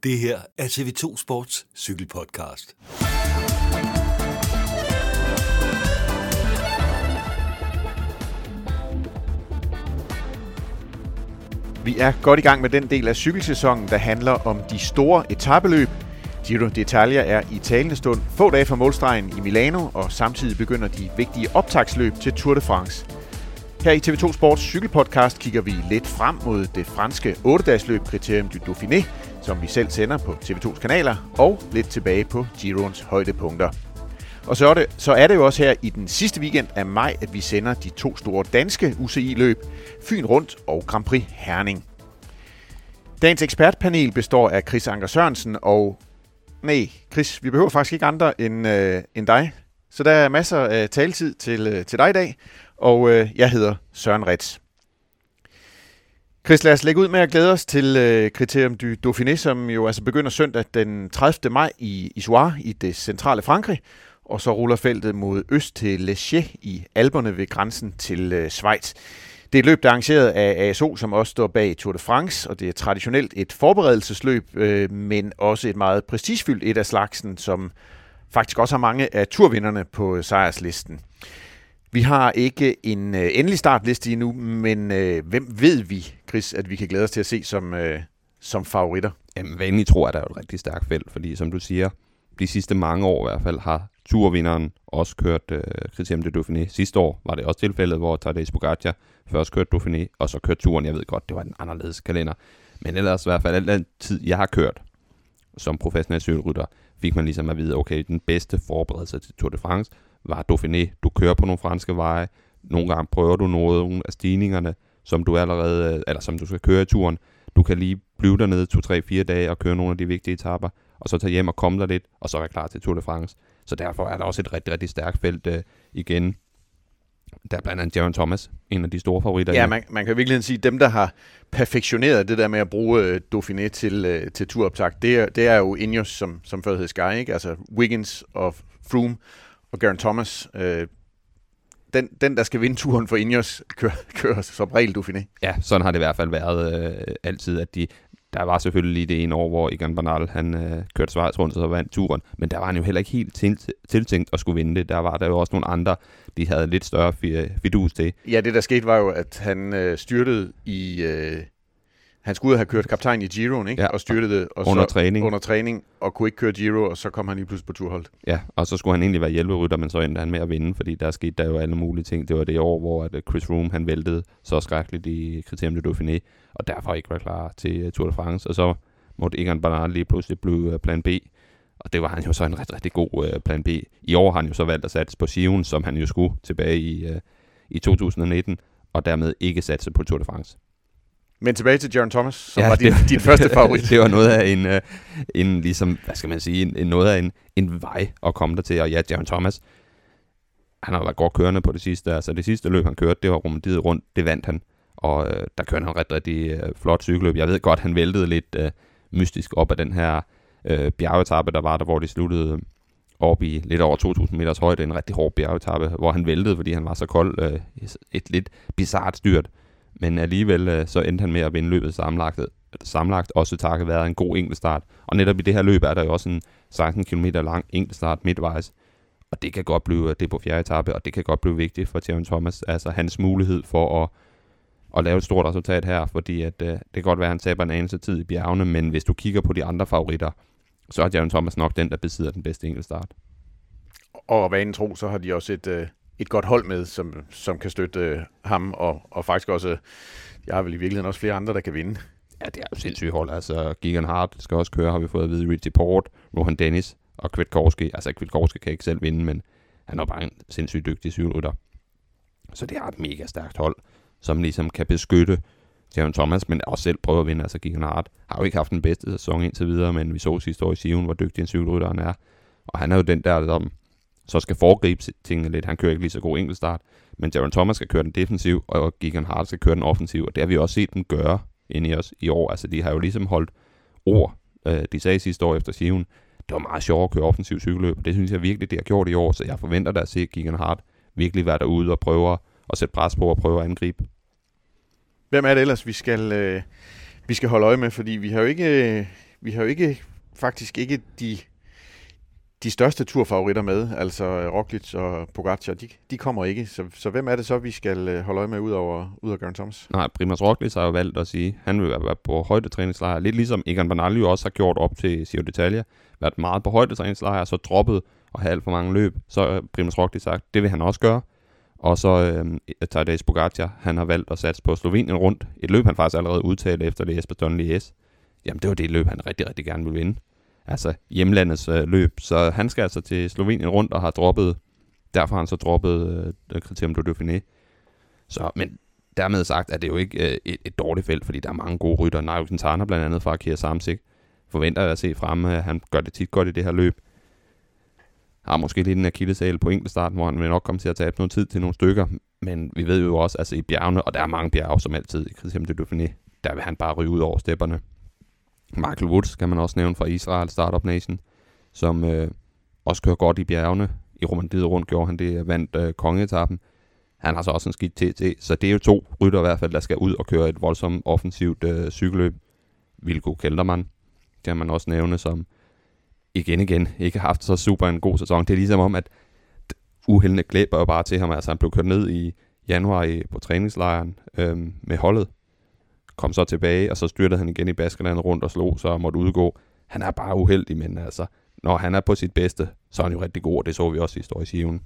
Det her er TV2 Sports cykelpodcast. Vi er godt i gang med den del af cykelsæsonen, der handler om de store etapeløb. Giro d'Italia er i talende stund få dage fra målstregen i Milano, og samtidig begynder de vigtige optagsløb til Tour de France. Her i TV2 Sports cykelpodcast kigger vi lidt frem mod det franske 8-dagsløb Critérium du Dauphiné, som vi selv sender på TV2's kanaler, og lidt tilbage på Giroens højdepunkter. Og så er det jo også her i den sidste weekend af maj, at vi sender de to store danske UCI-løb, Fyn Rundt og Grand Prix Herning. Dagens ekspertpanel består af Chris Anker Sørensen og... Nej, Chris, vi behøver faktisk ikke andre end dig. Så der er masser af taletid til dig i dag, og jeg hedder Søren Retz. Chris, lad os lægge ud med at glæde os til Critérium du Dauphiné, som jo altså begynder søndag den 30. maj i Issoire i det centrale Frankrig, og så ruller feltet mod øst til Les Gets i Alperne ved grænsen til Schweiz. Det er et løb, der er arrangeret af ASO, som også står bag Tour de France, og det er traditionelt et forberedelsesløb, men også et meget prestigefyldt et af slagsen, som faktisk også har mange af turvinderne på sejrslisten. Vi har ikke en endelig startliste endnu, men hvem ved vi, Chris, at vi kan glæde os til at se som favoritter? Jamen, hvad egentlig tror jeg, der er et rigtig stærkt felt, fordi som du siger, de sidste mange år i hvert fald har turvinderen også kørt Critérium du Dauphiné. Sidste år var det også tilfældet, hvor Tadej Pogačar først kørte Dauphiné, og så kørte turen. Jeg ved godt, det var en anderledes kalender. Men ellers i hvert fald, al den tid, jeg har kørt som professionel cykelrytter, fik man ligesom at vide, okay, den bedste forberedelse til Tour de France var Dauphiné. Du kører på nogle franske veje. Nogle gange prøver du nogle af stigningerne, som du allerede, eller som du skal køre i turen. Du kan lige blive dernede 2-3-4 dage og køre nogle af de vigtige etaper, og så tage hjem og komme der lidt, og så være klar til Tour de France. Så derfor er der også et rigtig, rigtig stærkt felt igen. Der er blandt andet Geraint Thomas, en af de store favoritter. Ja, man kan virkelig sige, at dem, der har perfektioneret det der med at bruge Dauphiné til turoptakt, det er jo Ineos, som før hed Sky, ikke? Altså Wiggins og Froome og Geraint Thomas. Den, der skal vinde turen for Ineos, kører som regel Dauphiné. Ja, sådan har det i hvert fald været altid, at der var selvfølgelig lige det ene år, hvor Egan Bernal, han kørte Schweiz rundt og så vandt turen, men der var han jo heller ikke helt tiltænkt at skulle vinde det. Der var der jo også nogle andre, de havde lidt større fidus til. Ja, det der skete var jo, at han styrtede i... Han skulle have kørt kaptajn i Giroen, ikke? Ja, og styrtede og under træning, og kunne ikke køre Giro, og så kom han lige pludselig på turholdet. Ja, og så skulle han egentlig være hjælperytter, men så endte han med at vinde, fordi der skete der jo alle mulige ting. Det var det år, hvor Chris Froome, han væltede så skrækkeligt i Critérium du Dauphiné, og derfor ikke var klar til Tour de France, og så måtte Egan Bernal lige pludselig blive plan B, og det var han jo så en rigtig, rigtig god plan B. I år har han jo så valgt at satse på Giroen, som han jo skulle tilbage i 2019, og dermed ikke satse på Tour de France. Men tilbage til Geraint Thomas, som var din første favorit. Det var noget af en ligesom, hvad skal man sige, noget af en vej at komme der til. Og ja, Geraint Thomas, han har været godt kørende på det sidste. Altså det sidste løb, han kørte, det var Romandiet rundt. Det vandt han. Og der kørte han rigtig, rigtig flot cykelløb. Jeg ved godt, han væltede lidt mystisk op af den her bjergetappe, der var der, hvor de sluttede op i lidt over 2.000 meters højde. En rigtig hård bjergetappe, hvor han væltede, fordi han var så kold. Et lidt bizarrt styrt. Men alligevel så endte han med at vinde løbet sammenlagt, også takket være en god enkeltstart. Og netop i det her løb er der jo også en 16 km lang enkeltstart midtvejs. Og det kan godt blive, det på fjerde etape, og det kan godt blive vigtigt for Geraint Thomas. Altså hans mulighed for at lave et stort resultat her, fordi at, det kan godt være, at han taber en anelse tid i bjergene, men hvis du kigger på de andre favoritter, så er Geraint Thomas nok den, der besidder den bedste enkeltstart. Og vanen tro, så har de også et godt hold med, som kan støtte ham, og faktisk også, jeg har vel i virkeligheden også flere andre, der kan vinde. Ja, det er jo sindssygt hold. Altså, Geoghegan Hart skal også køre, har vi fået at vide, Richie Porte, Rohan Dennis og Kwiatkowski. Altså, Kwiatkowski kan ikke selv vinde, men han er bare en sindssygt dygtig cykelrytter. Så det er et mega stærkt hold, som ligesom kan beskytte Geraint Thomas, men også selv prøve at vinde. Altså, Geoghegan Hart har jo ikke haft den bedste sæson indtil videre, men vi så sidste år i Sion, hvor dygtig en cykelrytter han er. Og han er jo den der, som så skal foregribe tingene lidt. Han kører ikke lige så god enkeltstart, men Geraint Thomas skal køre den defensiv, og Geoghegan Hart skal køre den offensiv, og det har vi også set dem gøre inde i os i år. Altså, de har jo ligesom holdt ord. De sagde sidste år efter Sion, det var meget sjovt at køre offensiv cykelløb, og det synes jeg virkelig, det har gjort i år, så jeg forventer da at se Geoghegan Hart virkelig være derude og prøve at sætte pres på og prøve at angribe. Hvem er det ellers, vi skal holde øje med? Fordi vi har jo ikke vi har jo faktisk ikke de største turfavoritter med, altså Roglic og Pogacar, de kommer ikke. Så hvem er det så, vi skal holde øje med ud over Geraint Thomas? Nej, Primož Roglic har jo valgt at sige, han vil være på højdetræningslejr, lidt ligesom Egan Bernal jo også har gjort op til Giro d'Italia, været meget på højdetræningslejr, så droppet og have alt for mange løb, så Primož Roglic sagt, det vil han også gøre. Og så Tadej Pogacar, han har valgt at satse på Slovenien rundt, et løb han faktisk allerede udtalte efter det Bastogne-Liège. Jamen det var det løb, han rigtig, rigtig gerne ville vinde. Altså hjemlandets løb, så han skal altså til Slovenien rundt og har derfor har han så droppet Criterium du Dauphiné. Så, men dermed sagt, at det jo ikke et dårligt felt, fordi der er mange gode rytter. Nairo Quintana blandt andet fra Kira Samsic forventer at se frem, at han gør det tit godt i det her løb. Har måske lidt en akilleshæl på enkeltstarten, hvor han vil nok komme til at tabe noget tid til nogle stykker, men vi ved jo også, altså i bjergene, og der er mange bjerge som altid i Criterium du Dauphiné, der vil han bare ryge ud over stepperne. Michael Woods kan man også nævne fra Israel Startup Nation, som også kører godt i bjergene. I Romandiet rundt gjorde han det, vandt kongeetappen. Han har så også en skidt TT, så det er jo 2 rytter i hvert fald, der skal ud og køre et voldsomt offensivt cykelløb. Wilco Kelderman kan man også nævne, som igen ikke har haft så super en god sæson. Det er ligesom om, at uheldene klæber jo bare til ham. Altså han blev kørt ned i januar på træningslejren med holdet. Kom så tilbage, og så styrtede han igen i Baskerlandet rundt og slog, så måtte udgå. Han er bare uheldig, men altså, når han er på sit bedste, så er han jo rigtig god, og det så vi også i Skiven.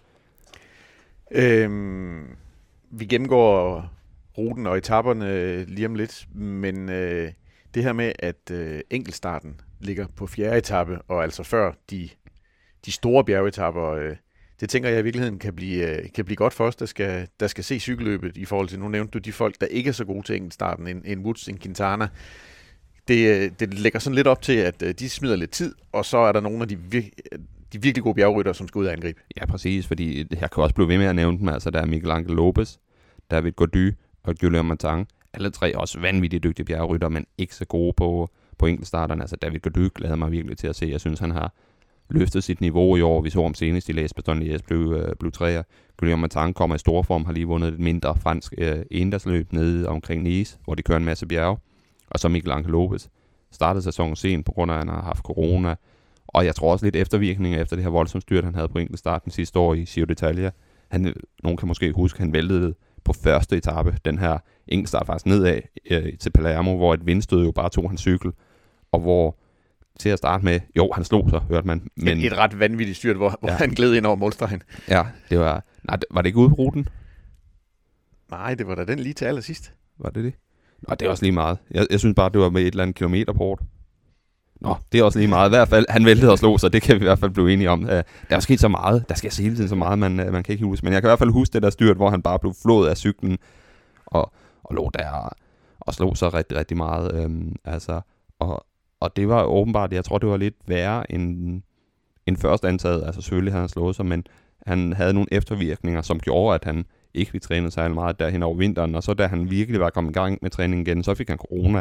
Vi gennemgår ruten og etaperne lige om lidt, men det her med, at enkeltstarten ligger på 4. etape, og altså før de store bjergetapper, det tænker jeg i virkeligheden kan blive godt for os, der skal se cykelløbet i forhold til, nu nævnte du de folk, der ikke er så gode til enkeltstarten, en Woods, en Quintana. Det lægger sådan lidt op til, at de smider lidt tid, og så er der nogle af de virkelig gode bjergrytter, som skal ud og angribe. Ja, præcis, fordi jeg kan også blive ved med at nævne dem. Altså, der er Miguel Angel Lopez, David Gaudu og Guillaume Martin. Alle 3 også vanvittigt dygtige bjergrytter, men ikke så gode på enkeltstarterne. Altså, David Gaudu glæder mig virkelig til at se. Jeg synes, han har løftet sit niveau i år. Vi så om senest i Liège Bastogne Liège blev 3'er. Guillaume Martin kommer i store form, har lige vundet et mindre fransk endagsløb nede omkring Nice, hvor de kører en masse bjerge. Og så Miguel Angel Lopez startede sæsonen sent, på grund af, at han har haft corona. Og jeg tror også lidt eftervirkninger efter det her voldsomt styrt, han havde på enkeltstarten sidste år i Giro d'Italia. Nogen kan måske huske, han væltede på første etape, den her enkeltstart faktisk nedad til Palermo, hvor et vindstød jo bare tog hans cykel, og hvor til at starte med, han slog sig, hørte man. Men et ret vanvittigt styrt, hvor han gled ind over målstregen. Ja, var det ikke ude på ruten? Nej, det var da den lige til allersidst. Var det? Nå, det er også lige meget. Jeg synes bare, det var med et eller andet kilometerport. Nå, det er også lige meget. I hvert fald, han væltede og slog sig. Det kan vi i hvert fald blive enige om. Der er sket så meget. Der sker hele tiden så meget, man kan ikke huske. Men jeg kan i hvert fald huske det der styrt, hvor han bare blev flået af cyklen og lå der og slog sig rigtig, rigtig meget. Og det var åbenbart, jeg tror, det var lidt værre end først antaget. Altså selvfølgelig havde han slået sig, men han havde nogle eftervirkninger, som gjorde, at han ikke ville træne særlig meget derhen over vinteren. Og så da han virkelig var kommet i gang med træningen igen, så fik han corona.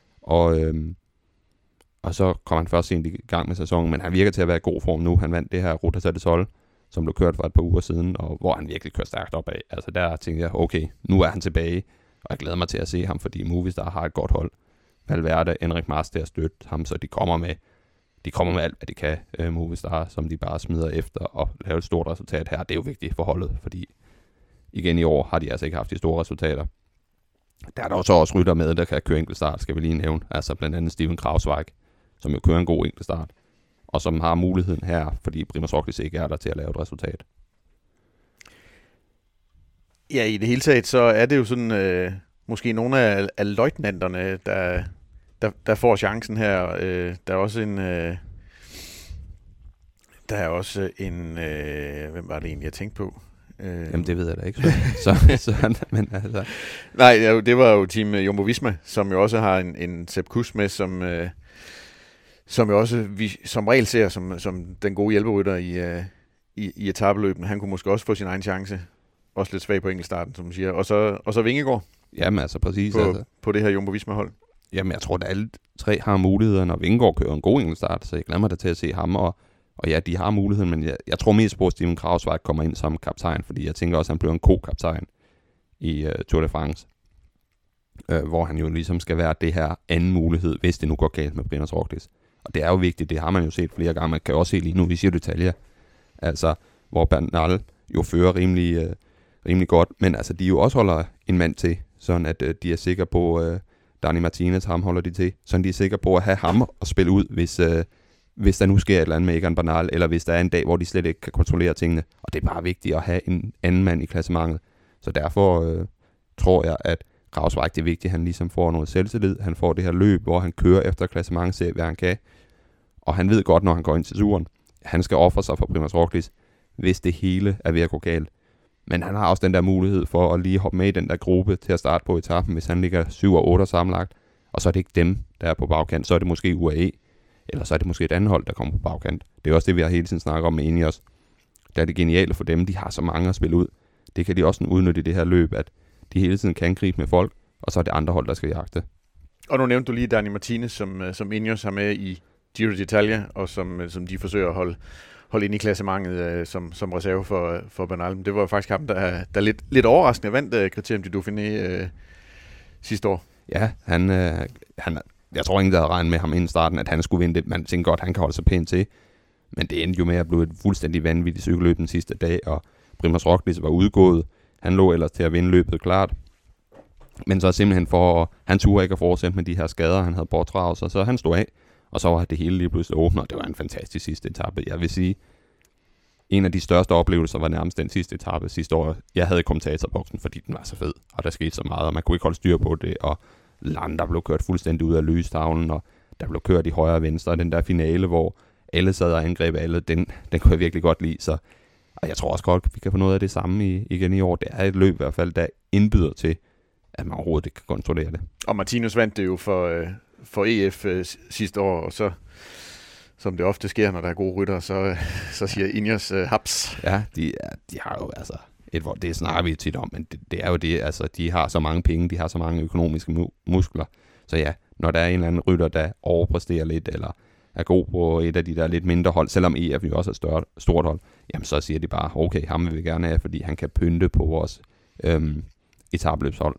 Og så kom han først sent i gang med sæsonen, men han virker til at være i god form nu. Han vandt det her Ruta del Sol, som blev kørt for et par uger siden, og hvor han virkelig kørte stærkt opad. Altså der tænkte jeg, okay, nu er han tilbage, og jeg glæder mig til at se ham, fordi Movistar har et godt hold. Valverde, Enric Mas til at støtte ham, så de kommer med alt, hvad de kan, Movistar, som de bare smider efter og laver et stort resultat her. Det er jo vigtigt for holdet, fordi igen i år har de altså ikke haft de store resultater. Der er der også rytter med, der kan køre enkeltstart, skal vi lige nævne. Altså blandt andet Steven Kravsweig, som jo kører en god enkeltstart, og som har muligheden her, fordi Primož Roglic ikke er der til at lave et resultat. Ja, i det hele taget, så er det jo sådan, måske nogle af løjtnanterne, der får chancen her. Der er også en, hvem var det egentlig, jeg tænkte på? Jamen det ved jeg da ikke. Men altså. Nej, det var jo Team Jumbo-Visma, som jo også har en Sepp Kuss med, som jo også vi som regel ser som den gode hjælperytter i etapeløbene. Han kunne måske også få sin egen chance. Også lidt svag på enkeltstarten, som man siger. Og så Vingegaard. Jamen altså præcis. På det her Jumbo-Visma-hold. Jamen jeg tror, at alle 3 har muligheder, når Vingegaard kører en god enkeltstart, så jeg glæder mig da til at se ham. Og ja, de har muligheden, men jeg tror mest på, at Steven Kravsweig kommer ind som kaptajn, fordi jeg tænker også, at han bliver en co-kaptajn i Tour de France. hvor han jo ligesom skal være det her anden mulighed, hvis det nu går galt med Primož Roglič. Og det er jo vigtigt, det har man jo set flere gange. Man kan også se lige nu, vi siger detaljer, altså hvor Bernal jo fører rimelig godt, men altså de jo også holder en mand til, sådan at de er sikre på, Dani Martinez, ham holder de til, sådan de er sikre på at have ham at spille ud, hvis der nu sker et eller andet med Egan Bernal, eller hvis der er en dag, hvor de slet ikke kan kontrollere tingene. Og det er bare vigtigt at have en anden mand i klassementet. Så derfor tror jeg, at Grauswijk, det er vigtigt, at han ligesom får noget selvtillid. Han får det her løb, hvor han kører efter klassementet, ser hvad han kan. Og han ved godt, når han går ind til turen, han skal ofre sig for Primož Roglič, hvis det hele er ved at gå galt. Men han har også den der mulighed for at lige hoppe med i den der gruppe til at starte på etappen, hvis han ligger 7 og 8 sammenlagt. Og så er det ikke dem, der er på bagkant. Så er det måske UAE, eller så er det måske et andet hold, der kommer på bagkant. Det er også det, vi har hele tiden snakket om med Ineos. Der er det geniale for dem, de har så mange at spille ud. Det kan de også udnytte i det her løb, at de hele tiden kan gribe med folk, og så er det andre hold, der skal jagte. Og nu nævnte du lige Dani Martinez, som Ineos har med i Giro d'Italia, og som de forsøger at holde ind i klassementet som reserve for Bernal. Det var faktisk ham, der lidt overraskende vandt Criterium du Dauphiné sidste år. Ja, han jeg tror ingen, der havde regnet med ham inden starten, at han skulle vinde det. Man tænker godt, han kan holde sig pænt til. Men det endte jo med at blive et fuldstændig vanvittigt cykelløb den sidste dag, og Primož Roglič var udgået. Han lå ellers til at vinde løbet klart. Men så simpelthen han turde ikke at fortsætte med de her skader, han havde pådraget sig, så han stod af. Og så var det hele lige pludselig åbnet, og det var en fantastisk sidste etape. Jeg vil sige, en af de største oplevelser var nærmest den sidste etape sidste år. Jeg havde kommentatorboksen, fordi den var så fed, og der skete så meget, og man kunne ikke holde styr på det, og Landa blev kørt fuldstændig ud af lystavlen, og der blev kørt i højre og venstre, og den der finale, hvor alle sad og angreb alle, den kunne jeg virkelig godt lide, så og jeg tror også godt, vi kan få noget af det samme igen i år. Det er et løb i hvert fald, der indbyder til, at man overhovedet ikke kan kontrollere det. Og Martinez vandt det jo for EF sidste år, og så, som det ofte sker, når der er gode rytter, så siger Ineos haps. Ja, de har jo altså, det snakker vi tit om, men det er jo det, altså de har så mange penge, de har så mange økonomiske muskler, så ja, når der er en eller anden rytter, der overpræsterer lidt, eller er god på et af de der lidt mindre hold, selvom EF jo også er stort hold, jamen så siger de bare, okay, ham vil vi gerne have, fordi han kan pynte på vores etabløbshold.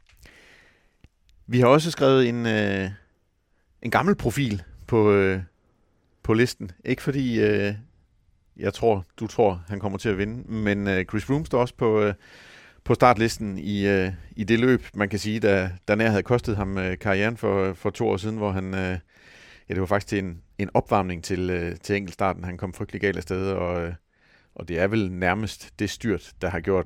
Vi har også skrevet en gammel profil på listen. Ikke fordi du tror, han kommer til at vinde, men Chris Froome står også på startlisten i det løb, man kan sige, der nær havde kostet ham karrieren for 2 år siden, hvor han, det var faktisk til en opvarmning til enkeltstarten. Han kom frygtelig galt af sted, og det er vel nærmest det styrt, der har gjort,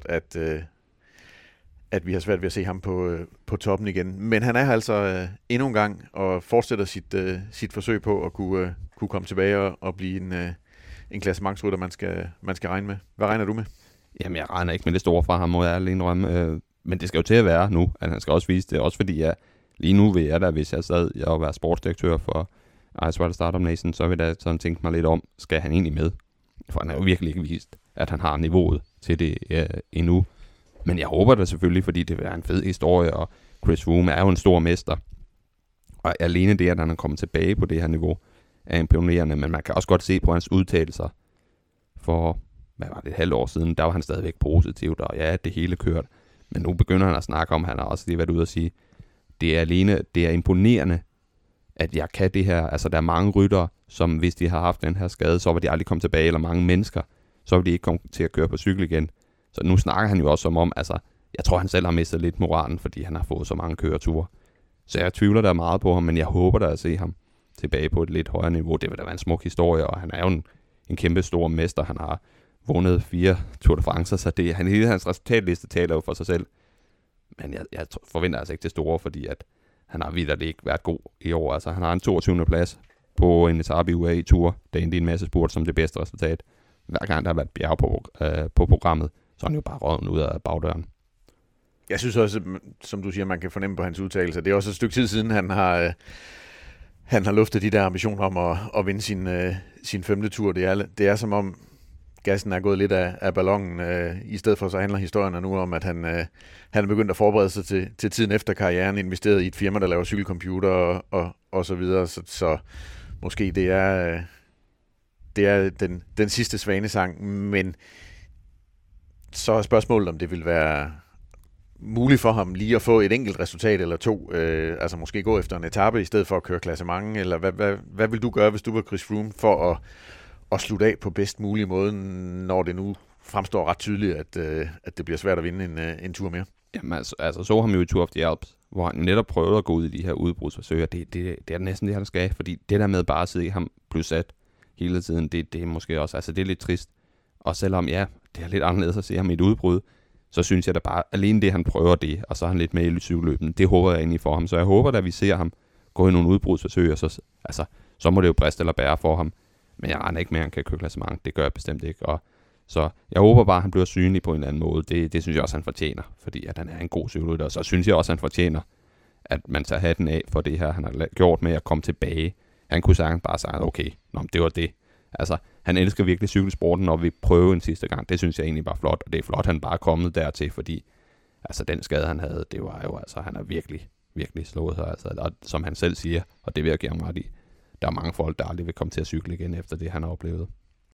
at vi har svært ved at se ham på toppen igen. Men han er altså endnu en gang og fortsætter sit forsøg på at kunne komme tilbage og blive en klassementsrytter, man skal regne med. Hvad regner du med? Jamen, jeg regner ikke med det store fra ham, må jeg ærlig indrømme. Men det skal jo til at være nu, at han skal også vise det. Også fordi lige nu vil jeg da, hvis jeg sad og være sportsdirektør for Icewild Startup Nation, så vil jeg sådan tænke mig lidt om, skal han egentlig med? For han har jo virkelig ikke vist, at han har niveauet til det endnu. Men jeg håber det selvfølgelig, fordi det vil være en fed historie, og Chris Froome er jo en stor mester. Og alene det, at han er kommet tilbage på det her niveau, er imponerende, men man kan også godt se på hans udtalelser for, hvad var det, et halvt år siden, der var han stadigvæk positivt, og ja, det hele kørt. Men nu begynder han at snakke om, han har også lige været ude og sige, det er imponerende, at jeg kan det her. Altså, der er mange ryttere, som hvis de har haft den her skade, så var de aldrig kommet tilbage, eller mange mennesker, så var de ikke kommet til at køre på cykel igen. Så nu snakker han jo også om, altså, jeg tror, han selv har mistet lidt moralen, fordi han har fået så mange køreture. Så jeg tvivler der meget på ham, men jeg håber da at se ham tilbage på et lidt højere niveau. Det vil da være en smuk historie, og han er jo en kæmpe stor mester. Han har vundet 4 Tour de France, så hele hans resultatliste taler jo for sig selv. Men jeg forventer altså ikke det store, fordi at han har vitterligt ikke været god i år. Altså, han har en 22. plads på en etape i UAE Tour. Der endte en masse spurt som det bedste resultat. Hver gang der har været bjerg på programmet, så er han jo bare røget ud af bagdøren. Jeg synes også, som du siger, man kan fornemme på hans udtalelser. Det er også et stykke tid siden, han har luftet de der ambitioner om at vinde sin 5. tur. Det er som om gassen er gået lidt af ballonen. I stedet for så handler historierne nu om, at han er begyndt at forberede sig til tiden efter karrieren, investeret i et firma, der laver cykelcomputer og så videre. Så måske det er den sidste svanesang, men så er spørgsmålet, om det vil være muligt for ham lige at få et enkelt resultat eller to, altså måske gå efter en etape i stedet for at køre klassement, eller hvad vil du gøre, hvis du var Chris Froome, for at slutte af på bedst mulig måde, når det nu fremstår ret tydeligt, at det bliver svært at vinde en tur mere? Jamen altså så ham jo i Tour of the Alps, hvor han netop prøvede at gå ud i de her udbrudsforsøg, og det er næsten det, han skal, fordi det der med bare at sidde i ham plus sat hele tiden, det er måske også, altså det er lidt trist. Og selvom ja, det er lidt anderledes at se ham i et udbrud, så synes jeg da bare, alene det han prøver det, og så er han lidt med i cykelløben, det håber jeg egentlig for ham. Så jeg håber da, vi ser ham gå i nogle udbrudsforsøg, og så må det jo briste eller bære for ham. Men jeg regner ikke med, at han kan køre klassement. Det gør jeg bestemt ikke. Og så jeg håber bare, at han bliver synlig på en eller anden måde. Det synes jeg også, han fortjener, fordi at han er en god cykelrytter. Og så synes jeg også, han fortjener, at man tager hatten af for det her, han har gjort med at komme tilbage. Han kunne sagtens bare sige, okay, det var det. Altså, han elsker virkelig cykelsporten, når vi prøver en sidste gang. Det synes jeg egentlig var flot, og det er flot, han bare er kommet dertil, fordi altså, den skade, han havde, det var jo, altså, han har virkelig, virkelig slået sig. Altså, og som han selv siger, og det vil jeg give ham ret i, der er mange folk, der aldrig vil komme til at cykle igen efter det, han har oplevet.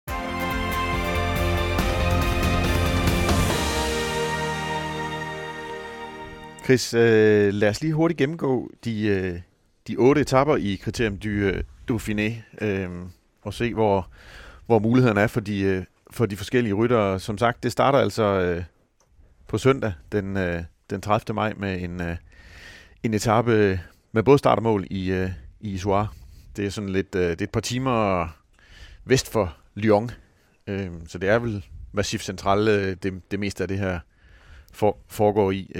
Chris, lad os lige hurtigt gennemgå de 8 etaper i Critérium du Dauphiné, og se, hvor mulighederne er for de forskellige ryttere. Som sagt, det starter altså på søndag, den 30. maj, med en etape med både start og mål i Issoire. Det er sådan lidt det er et par timer vest for Lyon, så det er vel Massif Central, det meste af det her foregår i.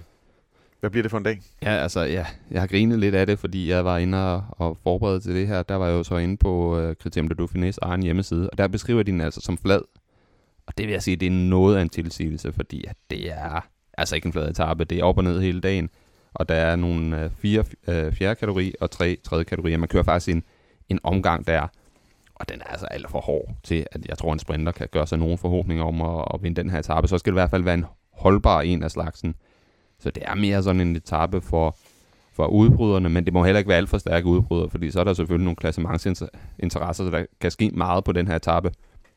Hvad bliver det for en dag? Ja, altså, jeg har grinet lidt af det, fordi jeg var inde og forberedt til det her. Der var jeg jo så inde på Critérium du Dauphinés egen hjemmeside, og der beskriver de den altså som flad. Og det vil jeg sige, det er noget af en tilsigelse, fordi at det er altså ikke en flad etape. Det er op og ned hele dagen, og der er nogle 4 fjerde kategori og 3 tredje kategorier. Man kører faktisk en omgang der, og den er altså alt for hård til, at jeg tror, en sprinter kan gøre sig nogle forhåbninger om at vinde den her etape. Så skal det i hvert fald være en holdbar en af slagsen. Så det er mere sådan en etape for udbryderne, men det må heller ikke være alt for stærke udbrydere, fordi så er der selvfølgelig nogle klassementsinteresser, så der kan ske meget på den her etape.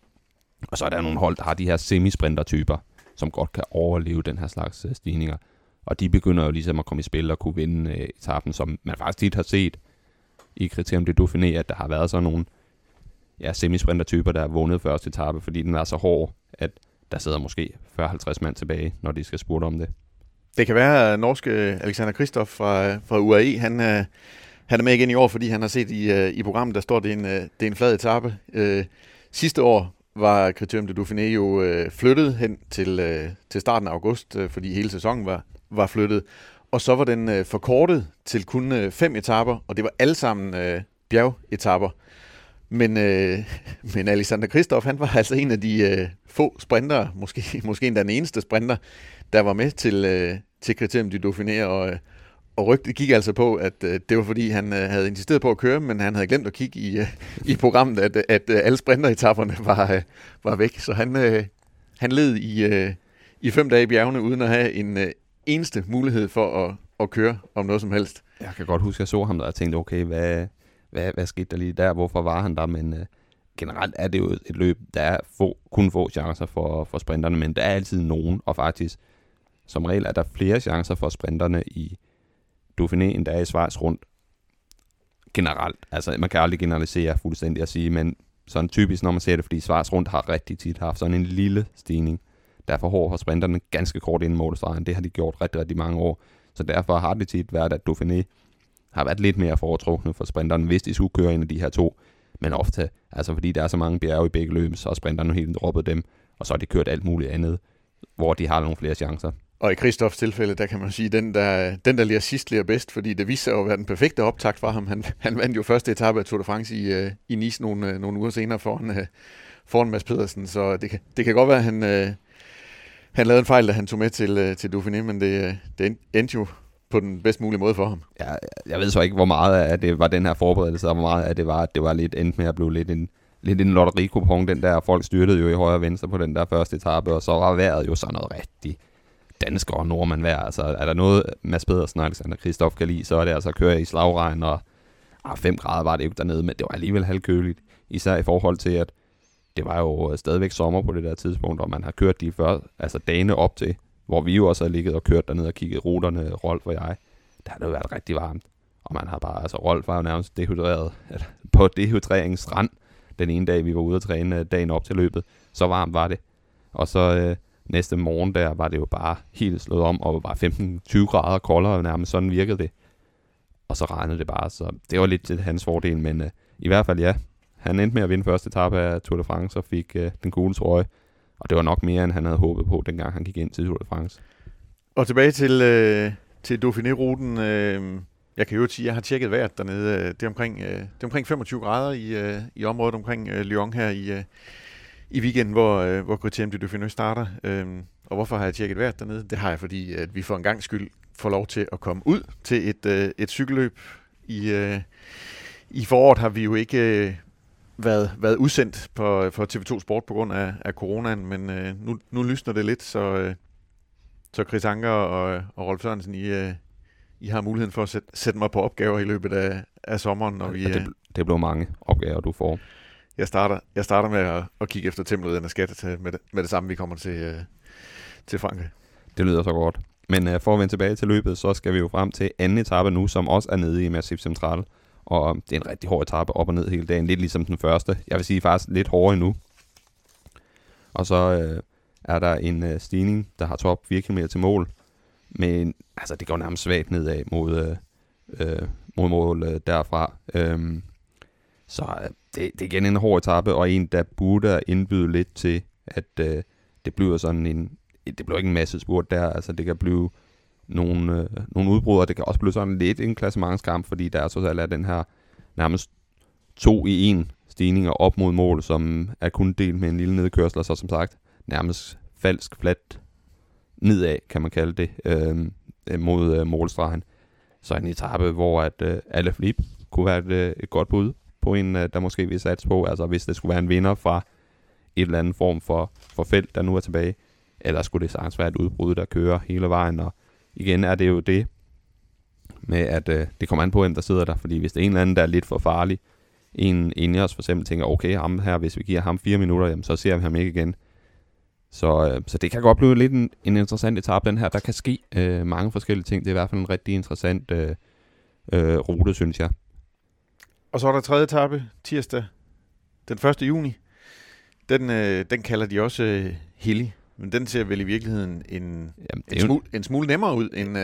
Og så er der nogle hold, der har de her semisprinter-typer, som godt kan overleve den her slags stigninger. Og de begynder jo ligesom at komme i spil og kunne vinde etappen, som man faktisk tit har set i Critérium du Dauphiné, at der har været sådan nogle semisprinter-typer, der har vundet første etape, fordi den er så hård, at der sidder måske 40-50 mand tilbage, når de skal spurte om det. Det kan være, at norske Alexander Kristoff fra UAE, han er med igen i år, fordi han har set i programmet, der står, det er en flad etape. Sidste år var Critérium du Dauphiné jo flyttet hen til starten af august, fordi hele sæsonen var flyttet. Og så var den forkortet til kun 5 etaper, og det var alle sammen bjergetapper. Men Alexander Kristoff, han var altså en af de få sprintere, måske endda den eneste sprinter, der var med til Critérium du Dauphiné, og rygtet gik altså på, at det var fordi, han havde insisteret på at køre, men han havde glemt at kigge i programmet, at alle sprinteretapperne var væk. Så han led i 5 dage i bjergene, uden at have en eneste mulighed for at køre om noget som helst. Jeg kan godt huske, at jeg så ham der og tænkte, okay, hvad skete der lige der? Hvorfor var han der? Men generelt er det jo et løb, der er kun få chancer for sprinterne, men der er altid nogen, og faktisk som regel er der flere chancer for sprinterne i Dauphiné, end der er i Schweiz rundt. Generelt, altså man kan aldrig generalisere fuldstændig at sige, men sådan typisk, når man ser det, fordi Schweiz rundt har rigtig tit haft sådan en lille stigning, der er for hård for sprinterne ganske kort inden målstregen. Det har de gjort rigtig, rigtig mange år, så derfor har det tit været, at Dauphiné har været lidt mere foretrukne for sprinterne, hvis de skulle køre en af de her 2. Men ofte, altså fordi der er så mange bjerge i begge løb, så har sprinterne helt droppet dem, og så har de kørt alt muligt andet, hvor de har nogle flere chancer. Og i Kristoffs tilfælde, der kan man sige, den der lige sidst lige bedst, fordi det viste sig at være den perfekte optakt fra ham. Han vandt jo første etape af Tour de France i Nice nogle uger senere foran Mads Pedersen, så det kan godt være, at han lavede en fejl, da han tog med til Dauphiné, men det endte jo på den bedst mulige måde for ham. Ja, jeg ved så ikke, hvor meget af det var den her forberedelse, og hvor meget af det var, at det var lidt endt med at blive lidt en lotterikupon, den der. Folk styrtede jo i højre og venstre på den der første etape, og så var vejret jo sådan noget rigtig dansker og nordmand vejr. Altså, er der noget Mads Pedersen og Alexander Kristoff kan lide, så er det altså at køre i slagregn, og 5 grader var det jo ikke dernede, men det var alligevel halvkøligt. Især i forhold til, at det var jo stadigvæk sommer på det der tidspunkt, og man har kørt de dagene op til hvor vi jo også har ligget og kørt dernede og kigget ruterne, Rolf og jeg, der har det jo været rigtig varmt. Og man har bare, altså Rolf var jo nærmest dehydreret på dehydreringsrand den ene dag, vi var ude at træne dagen op til løbet. Så varmt var det. Og så næste morgen der var det jo bare helt slået om, og var 15-20 grader koldere, og nærmest sådan virkede det. Og så regnede det bare, så det var lidt til hans fordel, men i hvert fald ja. Han endte med at vinde første etape af Tour de France og fik den gule trøje. Og det var nok mere, end han havde håbet på, dengang han gik ind til Tour de France. Og tilbage til Dauphiné-ruten. Jeg kan jo sige, at jeg har tjekket vejret dernede. Det er omkring 25 grader i området omkring Lyon her i weekenden, hvor Criterium du Dauphiné starter. Og hvorfor har jeg tjekket vejret dernede? Det har jeg, fordi at vi for en gang skyld får lov til at komme ud til et cykelløb. I foråret har vi jo ikke været udsendt for TV2 Sport på grund af coronaen, men nu lysner det lidt, så Chris Anker og Rolf Sørensen, I har muligheden for at sætte mig på opgaver i løbet af sommeren. Når det blev mange opgaver, du får. Jeg starter med at kigge efter Tempelridderne Skat med det samme, vi kommer til Frankrig. Det lyder så godt. Men for at vende tilbage til løbet, så skal vi jo frem til anden etape nu, som også er nede i Massif Central. Og det er en rigtig hård etape op og ned hele dagen. Lidt ligesom den første. Jeg vil sige faktisk lidt hårdere endnu. Og så er der en stigning, der har top 4 km til mål. Men altså, det går nærmest svagt nedad mod mål derfra. Så det er igen en hård etape, og en, der burde indbyde lidt til, at det bliver sådan det bliver ikke en masse spurt der. Altså, det kan blive nogle udbrud, og det kan også blive sådan lidt en klassementskamp, fordi der er så er den her nærmest 2-i-1 stigninger op mod mål, som er kun delt med en lille nedkørsel, og så som sagt nærmest falsk fladt nedad, kan man kalde det, mod målstregen. Så en etape, hvor at Alaphilippe kunne være et godt bud på en, der måske vil satse på, altså hvis det skulle være en vinder fra et eller andet form for felt, der nu er tilbage, eller skulle det sagtens være et udbrud, der kører hele vejen, og igen er det jo det med, at det kommer an på, hvem der sidder der, fordi hvis det er en eller anden, der er lidt for farlig, en af os for eksempel tænker, okay, ham her, hvis vi giver ham 4 minutter, jamen, så ser vi ham ikke igen. Så det kan godt blive lidt en interessant etape, den her. Der kan ske mange forskellige ting. Det er i hvert fald en rigtig interessant rute, synes jeg. Og så er der tredje etape, tirsdag, den 1. juni. Den kalder de også Hilly. Men den ser vel i virkeligheden en smule nemmere ud end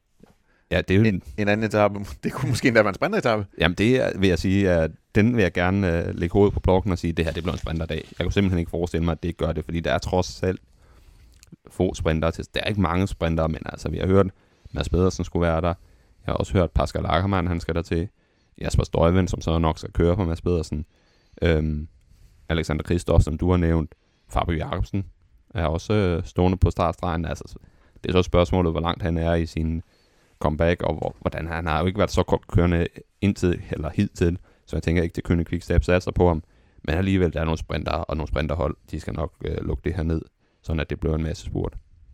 en anden etape. Det kunne måske endda være en sprinteretape. Jamen det vil jeg sige, at den vil jeg gerne lægge hovedet på blokken og sige, at det her det bliver en sprinterdag. Jeg kunne simpelthen ikke forestille mig, at det ikke gør det, fordi der er trods alt få sprinter til. Der er ikke mange sprinter, men altså vi har hørt, Mads Pedersen skulle være der. Jeg har også hørt Pascal Ackermann, han skal der til. Jasper Stuyven, som så nok skal køre for Mads Pedersen. Alexander Kristoff, som du har nævnt. Fabio Jacobsen er også stående på startstregen. Altså, det er så spørgsmålet, hvor langt han er i sin comeback, og hvordan han har jo ikke været så godt kørende indtil eller hidtil, så jeg tænker ikke, det kunne Quickstep satser på ham. Men alligevel, der er nogle sprinter og nogle sprinterhold, de skal nok lukke det her ned, sådan at det bliver en masse spurt.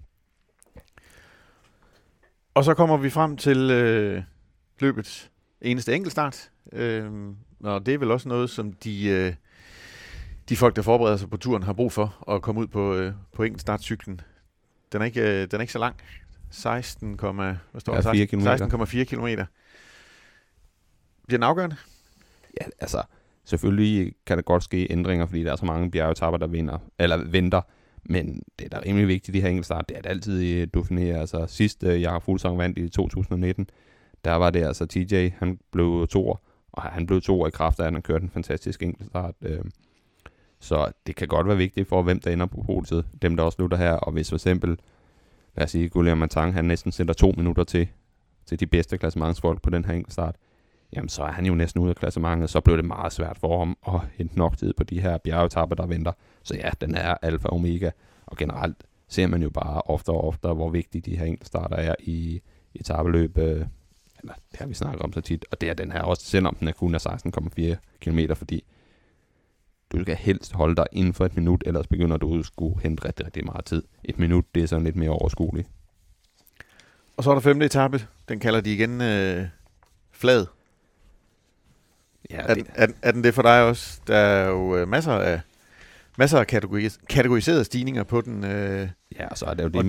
Og så kommer vi frem til løbets eneste enkeltstart. Og det er vel også noget, som de folk, der forbereder sig på turen, har brug for at komme ud på enkeltstartcyklen. Den er ikke så lang. 16,4 kilometer. Bliver den afgørende? Ja, altså selvfølgelig kan der godt ske ændringer, fordi der er så mange bjergetapper, der venter. Men det er da rimelig vigtigt, de her enkeltstart. Det er det altid i Dauphiné. Altså sidst Jakob Fuglsang vandt i 2019, der var det altså TJ, han blev 2'er, og han blev 2'er i kraft af, at han kørte en fantastisk enkeltstart. Så det kan godt være vigtigt for, hvem der ender på podiet, dem der også slutter her. Og hvis for eksempel, lad os sige, Guillaume Martin, han næsten sætter 2 minutter til de bedste klassementsfolk på den her enkeltstart, jamen så er han jo næsten ude af klassementet, så bliver det meget svært for ham at hente nok tid på de her bjergetapper, der venter. Så ja, den er alfa og omega, og generelt ser man jo bare oftere og oftere, hvor vigtige de her enkeltstarter er i etapeløb. Eller det har vi snakket om så tit, og det er den her også, selvom den er kun er 16,4 km, fordi du skal helst holde dig inden for et minut, ellers begynder du at skulle hente rigtig, rigtig meget tid. Et minut, det er sådan lidt mere overskueligt. Og så er der 5. etape. Den kalder de igen flad. Ja, er den det for dig også? Der er jo masser af kategoriserede stigninger på den. Ja, og så er det jo det.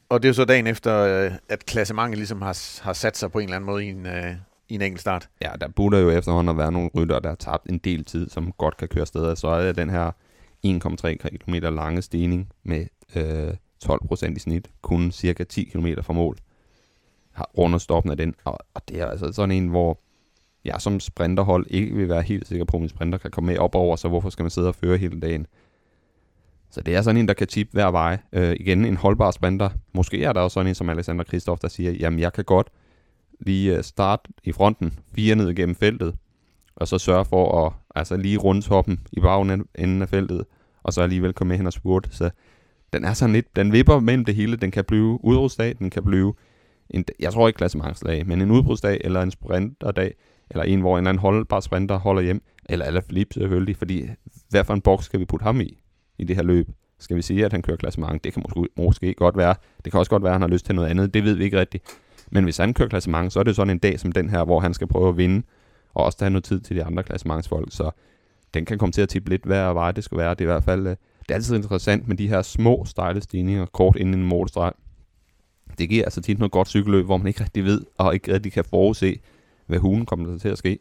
Og det er jo så dagen efter, at klassementet ligesom har sat sig på en eller anden måde i en enkelt start. Ja, der burde jo efterhånden at være nogle ryttere, der har tabt en del tid, som godt kan køre steder. Så er den her 1,3 km lange stigning med 12% i snit, kun cirka 10 km fra mål, har rundet stoppen af den. Og det er altså sådan en, hvor jeg som sprinterhold ikke vil være helt sikker på, at min sprinter kan komme med op over, så hvorfor skal man sidde og føre hele dagen? Så det er sådan en, der kan tippe hver vej. Igen, en holdbar sprinter. Måske er der også sådan en som Alexander Kristoff, der siger, jamen jeg kan godt lige starte i fronten, 4 ned igennem feltet, og så sørge for at altså lige runde toppen i bagenden af feltet, og så alligevel komme med hen og spurte. Så den er sådan lidt, den vipper mellem det hele. Den kan blive udbrudsdag, den kan blive jeg tror ikke klassementsdag, men en udbrudsdag, eller en sprinterdag, eller en, hvor en eller anden holdbar sprinter holder hjem, eller Alaphilippe selvfølgelig, fordi hvad for en boks skal vi putte ham i det her løb? Skal vi sige, at han kører klassement? Det kan måske godt være. Det kan også godt være, at han har lyst til noget andet. Det ved vi ikke rigtigt. Men hvis han kører klassement, så er det sådan en dag som den her, hvor han skal prøve at vinde, og også tage noget tid til de andre klassementsfolk. Så den kan komme til at tippe lidt hver vej det skal være. Det er i hvert fald det er altid interessant med de her små stejle stigninger kort inden en målstreg. Det giver altså tit noget godt cykelløb, hvor man ikke rigtig ved, og ikke rigtig kan forudse, hvad hulen kommer til at ske.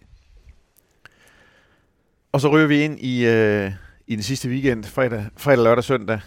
Og så ryger vi ind i den sidste weekend, fredag, lørdag, søndag.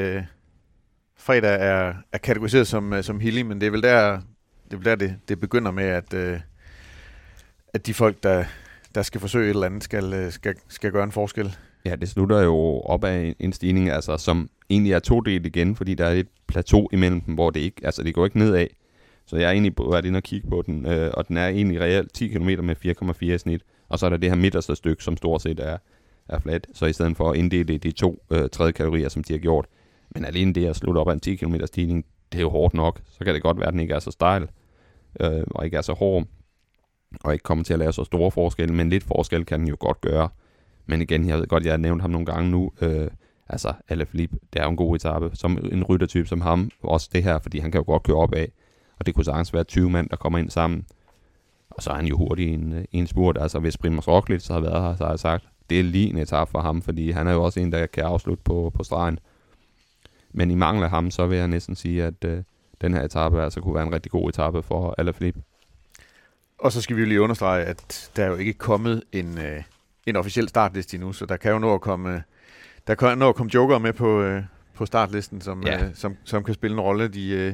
Fredag er kategoriseret som hilly, men det er vel der det begynder med, at de folk, der skal forsøge et eller andet, skal gøre en forskel. Ja, det slutter jo op af en stigning, altså, som egentlig er todelt igen, fordi der er et plateau imellem dem, hvor det ikke, altså det går ikke nedad. Så jeg er egentlig været inde og kigge på den, og den er egentlig reelt 10 km med 4,4 i snit. Og så er der det her midterste stykke, som stort set er flat. Så i stedet for at inddele de 2 tredje kategorier, som de har gjort. Men alene det at slutte op af en 10 km stigning, det er jo hårdt nok. Så kan det godt være, at den ikke er så stejl, og ikke er så hård, og ikke kommer til at lave så store forskelle. Men lidt forskel kan den jo godt gøre. Men igen, jeg ved godt, jeg har nævnt ham nogle gange nu. Altså, Alaphilippe, det er jo en god etape. Som en ryttertype som ham, også det her, fordi han kan jo godt køre opad. Og det kunne sagtens være 20 mand, der kommer ind sammen. Og så er han jo hurtig i en spurt. Altså, hvis Primož Roglič så har været her, så har jeg sagt, det er lige en etape for ham, fordi han er jo også en, der kan afslutte på stregen. Men i mangel af ham, så vil jeg næsten sige, at den her etape altså kunne være en rigtig god etape for Alaphilippe. Og så skal vi jo lige understrege, at der er jo ikke kommet en officiel startliste endnu, så der kan jo nå at komme jokere med på startlisten, som kan spille en rolle.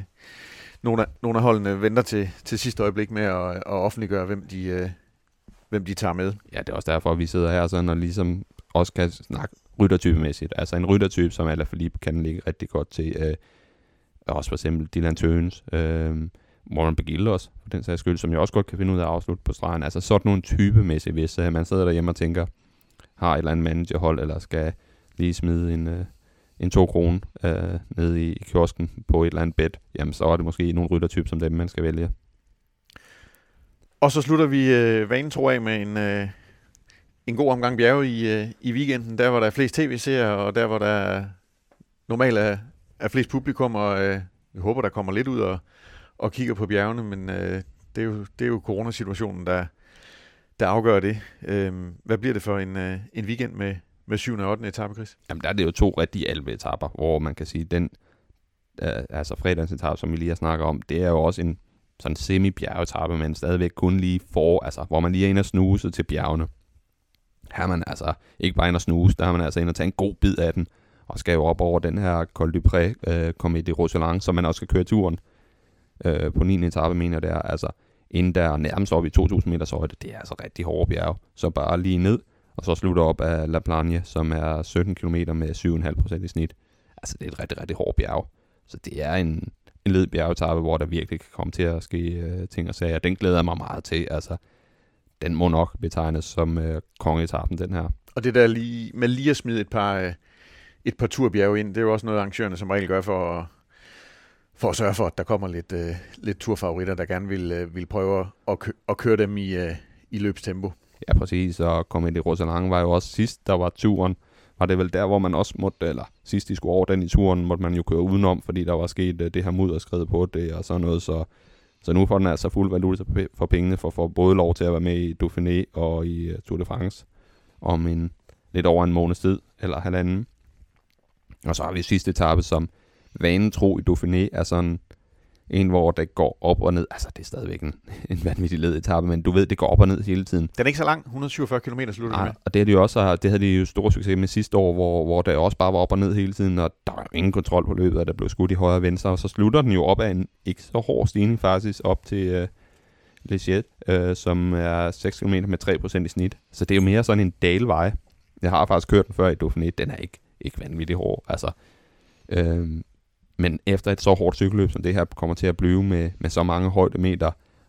Nogle af holdene venter til sidste øjeblik med at offentliggøre, hvem de tager med. Ja, det er også derfor, vi sidder her sådan, og ligesom også kan snakke ryttertypemæssigt. Altså en ryttertype, som Alaphilippe kan ligge rigtig godt til. Også for eksempel Dylan Teuns, Warren Barguil også, for den sags skyld, som jeg også godt kan finde ud af at afslutte på stregen. Altså sådan nogle typemæssigt, hvis man sidder derhjemme og tænker, har et eller andet managerhold, eller skal lige smide en 2 kroner nede i kiosken på et eller andet bet, jamen så er det måske nogle ryttertype som dem, man skal vælge. Og så slutter vi vanen, tror jeg, med en god omgang bjerge i weekenden, der hvor der er flest tv-serier, og der hvor der normalt er flest publikum, og jeg håber, der kommer lidt ud og kigger på bjergene, men det er jo coronasituationen, der afgør det. Hvad bliver det for en weekend med 7. og 8. etape, Chris? Jamen der er det jo 2 rigtige alpe-etapper, hvor man kan sige, den altså fredagens etape, som vi lige har snakket om, det er jo også en sådan semi-bjergetappe, men stadigvæk kun lige hvor man lige er inde og snuse til bjergene. Her er man altså ikke bare inde og snuse, der har man altså inde og tage en god bid af den, og skal jo op over den her Col du Pré, Comité de Roseland, som man også skal køre turen på 9. etape, mener jeg det er. Altså inden der nærmest op i 2.000 meters højde, det er altså rigtig hårde bjerge. Så bare lige ned, og så slutter op af La Plagne, som er 17 km med 7,5% i snit. Altså det er et rigtig, rigtig hårdt bjerg. Så det er en led bjergetappe, hvor der virkelig kan komme til at ske ting og sager. Den glæder jeg mig meget til. Altså, den må nok betegnes som kongeetappen, den her. Og det der lige at smide et par turbjerge ind, det er jo også noget, arrangørerne som regel gør for at sørge for, at der kommer lidt turfavoritter, der gerne vil prøve at køre dem i løbstempo. Ja, præcis. Og Comité de Roseland var jo også sidst, der var turen. Var det vel der, hvor man også måtte, eller sidst de skulle over den i turen, måtte man jo køre udenom, fordi der var sket det her mudderskred på det og sådan noget. Så nu får den altså fuld valuta for pengene, for at få både lov til at være med i Dauphiné og i Tour de France om lidt over en måneds tid, eller halvanden. Og så har vi sidste etape, som vanen tro i Dauphiné er sådan En, hvor det går op og ned. Altså, det er stadigvæk en vanvittig led etape, men du ved, det går op og ned hele tiden. Den er ikke så lang, 147 km slutter det med. Og det havde de jo også, det havde de jo stor succes med sidste år, hvor det også bare var op og ned hele tiden, og der var ingen kontrol på løbet, og der blev skudt i højre og venstre, og så slutter den jo op af en ikke så hård stigning faktisk op til Legiet, som er 6 km med 3% i snit. Så det er jo mere sådan en dalvej. Jeg har faktisk kørt den før i Dauphiné, den er ikke vanvittig hård, altså. Men efter et så hårdt cykelløb, som det her kommer til at blive med så mange højdemeter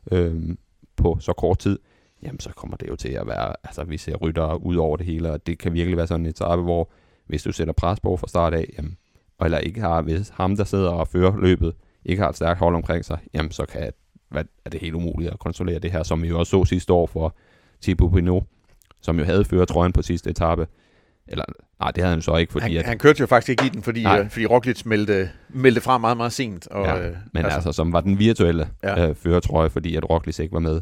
på så kort tid, jamen så kommer det jo til at være, altså vi ser ryttere ud over det hele, og det kan virkelig være sådan en etape, hvor hvis du sætter pres på fra start af, jamen, eller ikke har, hvis ham der sidder og fører løbet, ikke har et stærkt hold omkring sig, jamen så er det helt umuligt at kontrollere det her, som vi jo også så sidste år for Thibaut Pinot, som jo havde førertrøjen på sidste etape. Eller, nej, det havde han så ikke, fordi... Han kørte jo faktisk ikke i den, fordi Roglic meldte fra meget, meget sent. Og, men altså, som var den virtuelle førertrøje, fordi at Roglic ikke var med.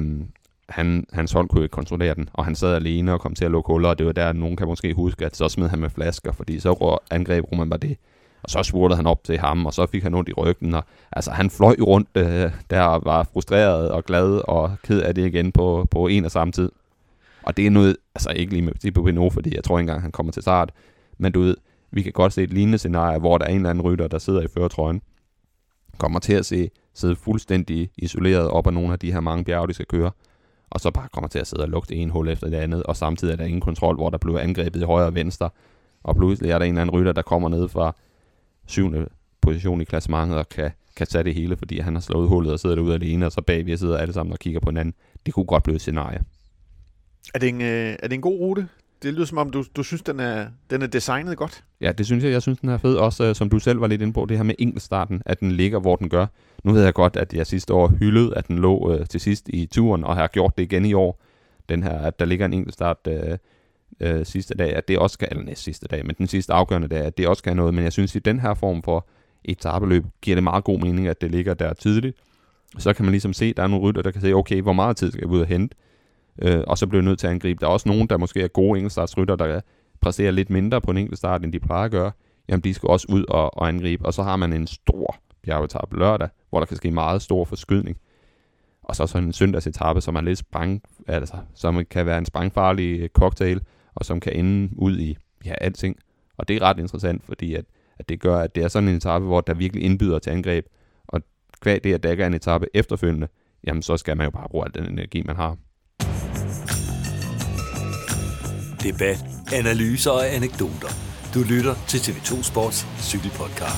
Hans hold kunne ikke kontrollere den, og han sad alene og kom til at lukke huller, og det var der, at nogen kan måske huske, at så smed han med flasker, fordi så angreb Roman Bardet, og så spurgte han op til ham, og så fik han ondt i ryggen, og altså han fløj rundt der og var frustreret og glad og ked af det igen på en og samme tid. Og det er noget, altså ikke lige med Thibaut Pinot, fordi jeg tror ikke engang, han kommer til start, men du ved, vi kan godt se et lignende scenarie, hvor der er en eller anden rytter, der sidder i førertrøjen, kommer til at sidde fuldstændig isoleret op ad nogle af de her mange bjerge, de skal køre, og så bare kommer til at sidde og lugte en hul efter det andet, og samtidig er der ingen kontrol, hvor der bliver angrebet i højre og venstre, og pludselig er der en eller anden rytter, der kommer ned fra 7. position i klassementet og kan tage det hele, fordi han har slået hullet og sidder derude alene, og så bagved sidder alle sammen og kigger på hinanden. Det kunne godt blive et scenarie. Er det en god rute? Det lyder som om, du synes, den er designet godt. Ja, det synes jeg. Jeg synes, den er fed. Også som du selv var lidt inde på, det her med enkeltstarten, at den ligger, hvor den gør. Nu ved jeg godt, at jeg sidste år hyldede, at den lå til sidst i turen, og har gjort det igen i år. Den her, at der ligger en enkeltstart sidste dag, at det også skal, eller næst sidste dag, men den sidste afgørende dag, at det også skal noget. Men jeg synes, i den her form for etapeløb, giver det meget god mening, at det ligger der tidligt. Så kan man ligesom se, at der er nogle rytter, der kan sige, okay, hvor meget tid skal vi ud og hente? Og så bliver nødt til at angribe. Der er også nogen, der måske er gode enkeltstartsrytter, der præsterer lidt mindre på en enkeltstart, end de plejer at gøre. Jamen, de skal også ud og angribe. Og så har man en stor bjergetape lørdag, hvor der kan ske meget stor forskydning. Og så sådan en søndagsetape, som er lidt som kan være en sprængfarlig cocktail, og som kan ende ud i alting. Og det er ret interessant, fordi at det gør, at det er sådan en etape, hvor der virkelig indbyder til angreb. Og kvad det, at der ikke er en etape efterfølgende, jamen så skal man jo bare bruge al den energi, man har. Debat, analyser og anekdoter. Du lytter til TV2 Sports cykelpodcast.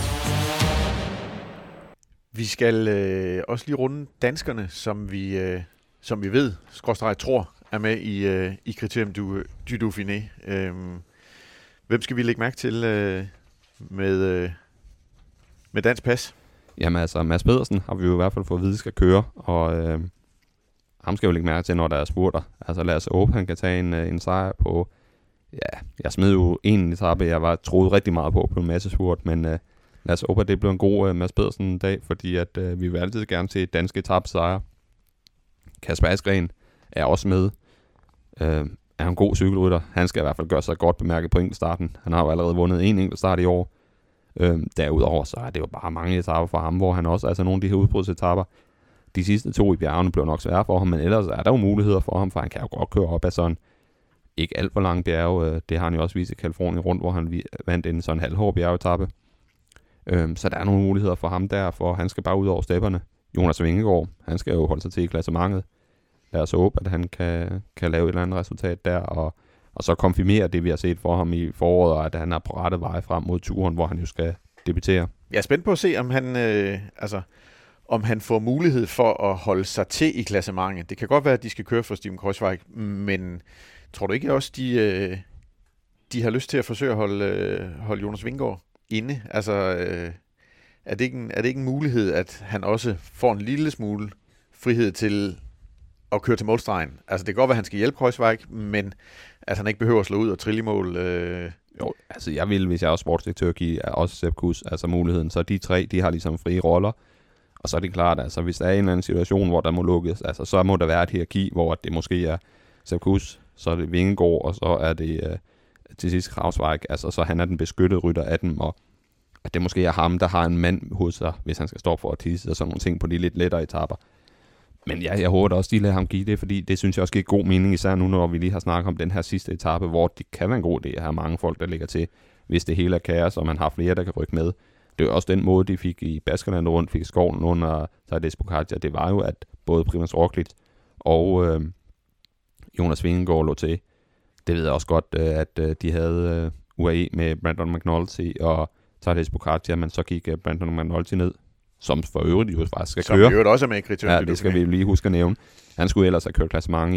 Vi skal også lige runde danskerne, som vi ved, tror, er med i Kriterium du Dauphiné. Hvem skal vi lægge mærke til med dansk pas? Jamen altså, Mads Pedersen har vi jo i hvert fald fået at vide, skal køre, og ham skal jo lægge mærke til, når der er spurter. Altså lad os håbe, han kan tage en sejr på. Ja, jeg smed jo en etape, jeg troede rigtig meget på en masse spurt, men lad os håbe, at det bliver en god Mads Pedersen dag, fordi at vi vil altid gerne se danske etapesejre. Kasper Asgreen er også med. Er en god cykelrytter. Han skal i hvert fald gøre sig godt bemærket på enkeltstarten. Han har jo allerede vundet en enkeltstart i år. Derudover så er det jo bare mange etaper for ham, hvor han også, altså nogle af de her udbrudsetapper, de sidste 2 i bjergene bliver nok svære for ham, men ellers er der jo muligheder for ham, for han kan jo godt køre op af sådan ikke alt for lange bjerge. Det har han jo også vist i Californien rundt, hvor han vandt en sådan halvhård bjergetappe. Så der er nogle muligheder for ham der, for han skal bare ud over stepperne. Jonas Vingegaard, han skal jo holde sig til i klassementet. Lad os håbe, at han kan lave et eller andet resultat der, og så konfirmere det, vi har set for ham i foråret, og at han er på rette vej frem mod turen, hvor han jo skal debutere. Jeg er spændt på at se, om han får mulighed for at holde sig til i klassementet. Det kan godt være, at de skal køre for Steven Kruijswijk, men tror du ikke også, de har lyst til at forsøge at holde Jonas Vingegaard inde? Altså, er det ikke en mulighed, at han også får en lille smule frihed til at køre til målstregen? Altså, det kan godt være, at han skal hjælpe Kruijswijk, men at han ikke behøver at slå ud og trille i mål. Jo, altså jeg vil, hvis jeg er sportsdirektør, give også Sepp Kuss altså muligheden. Så de 3, de har ligesom frie roller. Og så er det klart, altså hvis der er en eller anden situation, hvor der må lukkes, altså så må der være et hierarki, hvor det måske er Sepp Kuss, så er det Vingegaard, og så er det til sidst Kruijswijk, altså så han er den beskyttede rytter af dem, og at det måske er ham, der har en mand hos sig, hvis han skal stoppe for at tisse og sådan nogle ting på de lidt lettere etaper. Men ja, jeg håber da også, de lader ham give det, fordi det synes jeg også giver god mening, især nu, når vi lige har snakket om den her sidste etape, hvor det kan være en god idé at have mange folk, der ligger til, hvis det hele er kaos, og man har flere, der kan rykke med. Det er jo også den måde, de fik i Baskerlandet rundt, fik skoven under Tadej Pogačar. Det var jo, at både Primož Roglič og Jonas Vingegaard lå til. Det ved jeg også godt, at de havde UAE med Brandon McNulty og Tadej Pogačar, men så gik Brandon McNulty ned, som for øvrigt jo faktisk skal køre. Som øvrigt også er med i Criterium. Ja, det skal vi lige huske at nævne. Han skulle ellers have kørt klassement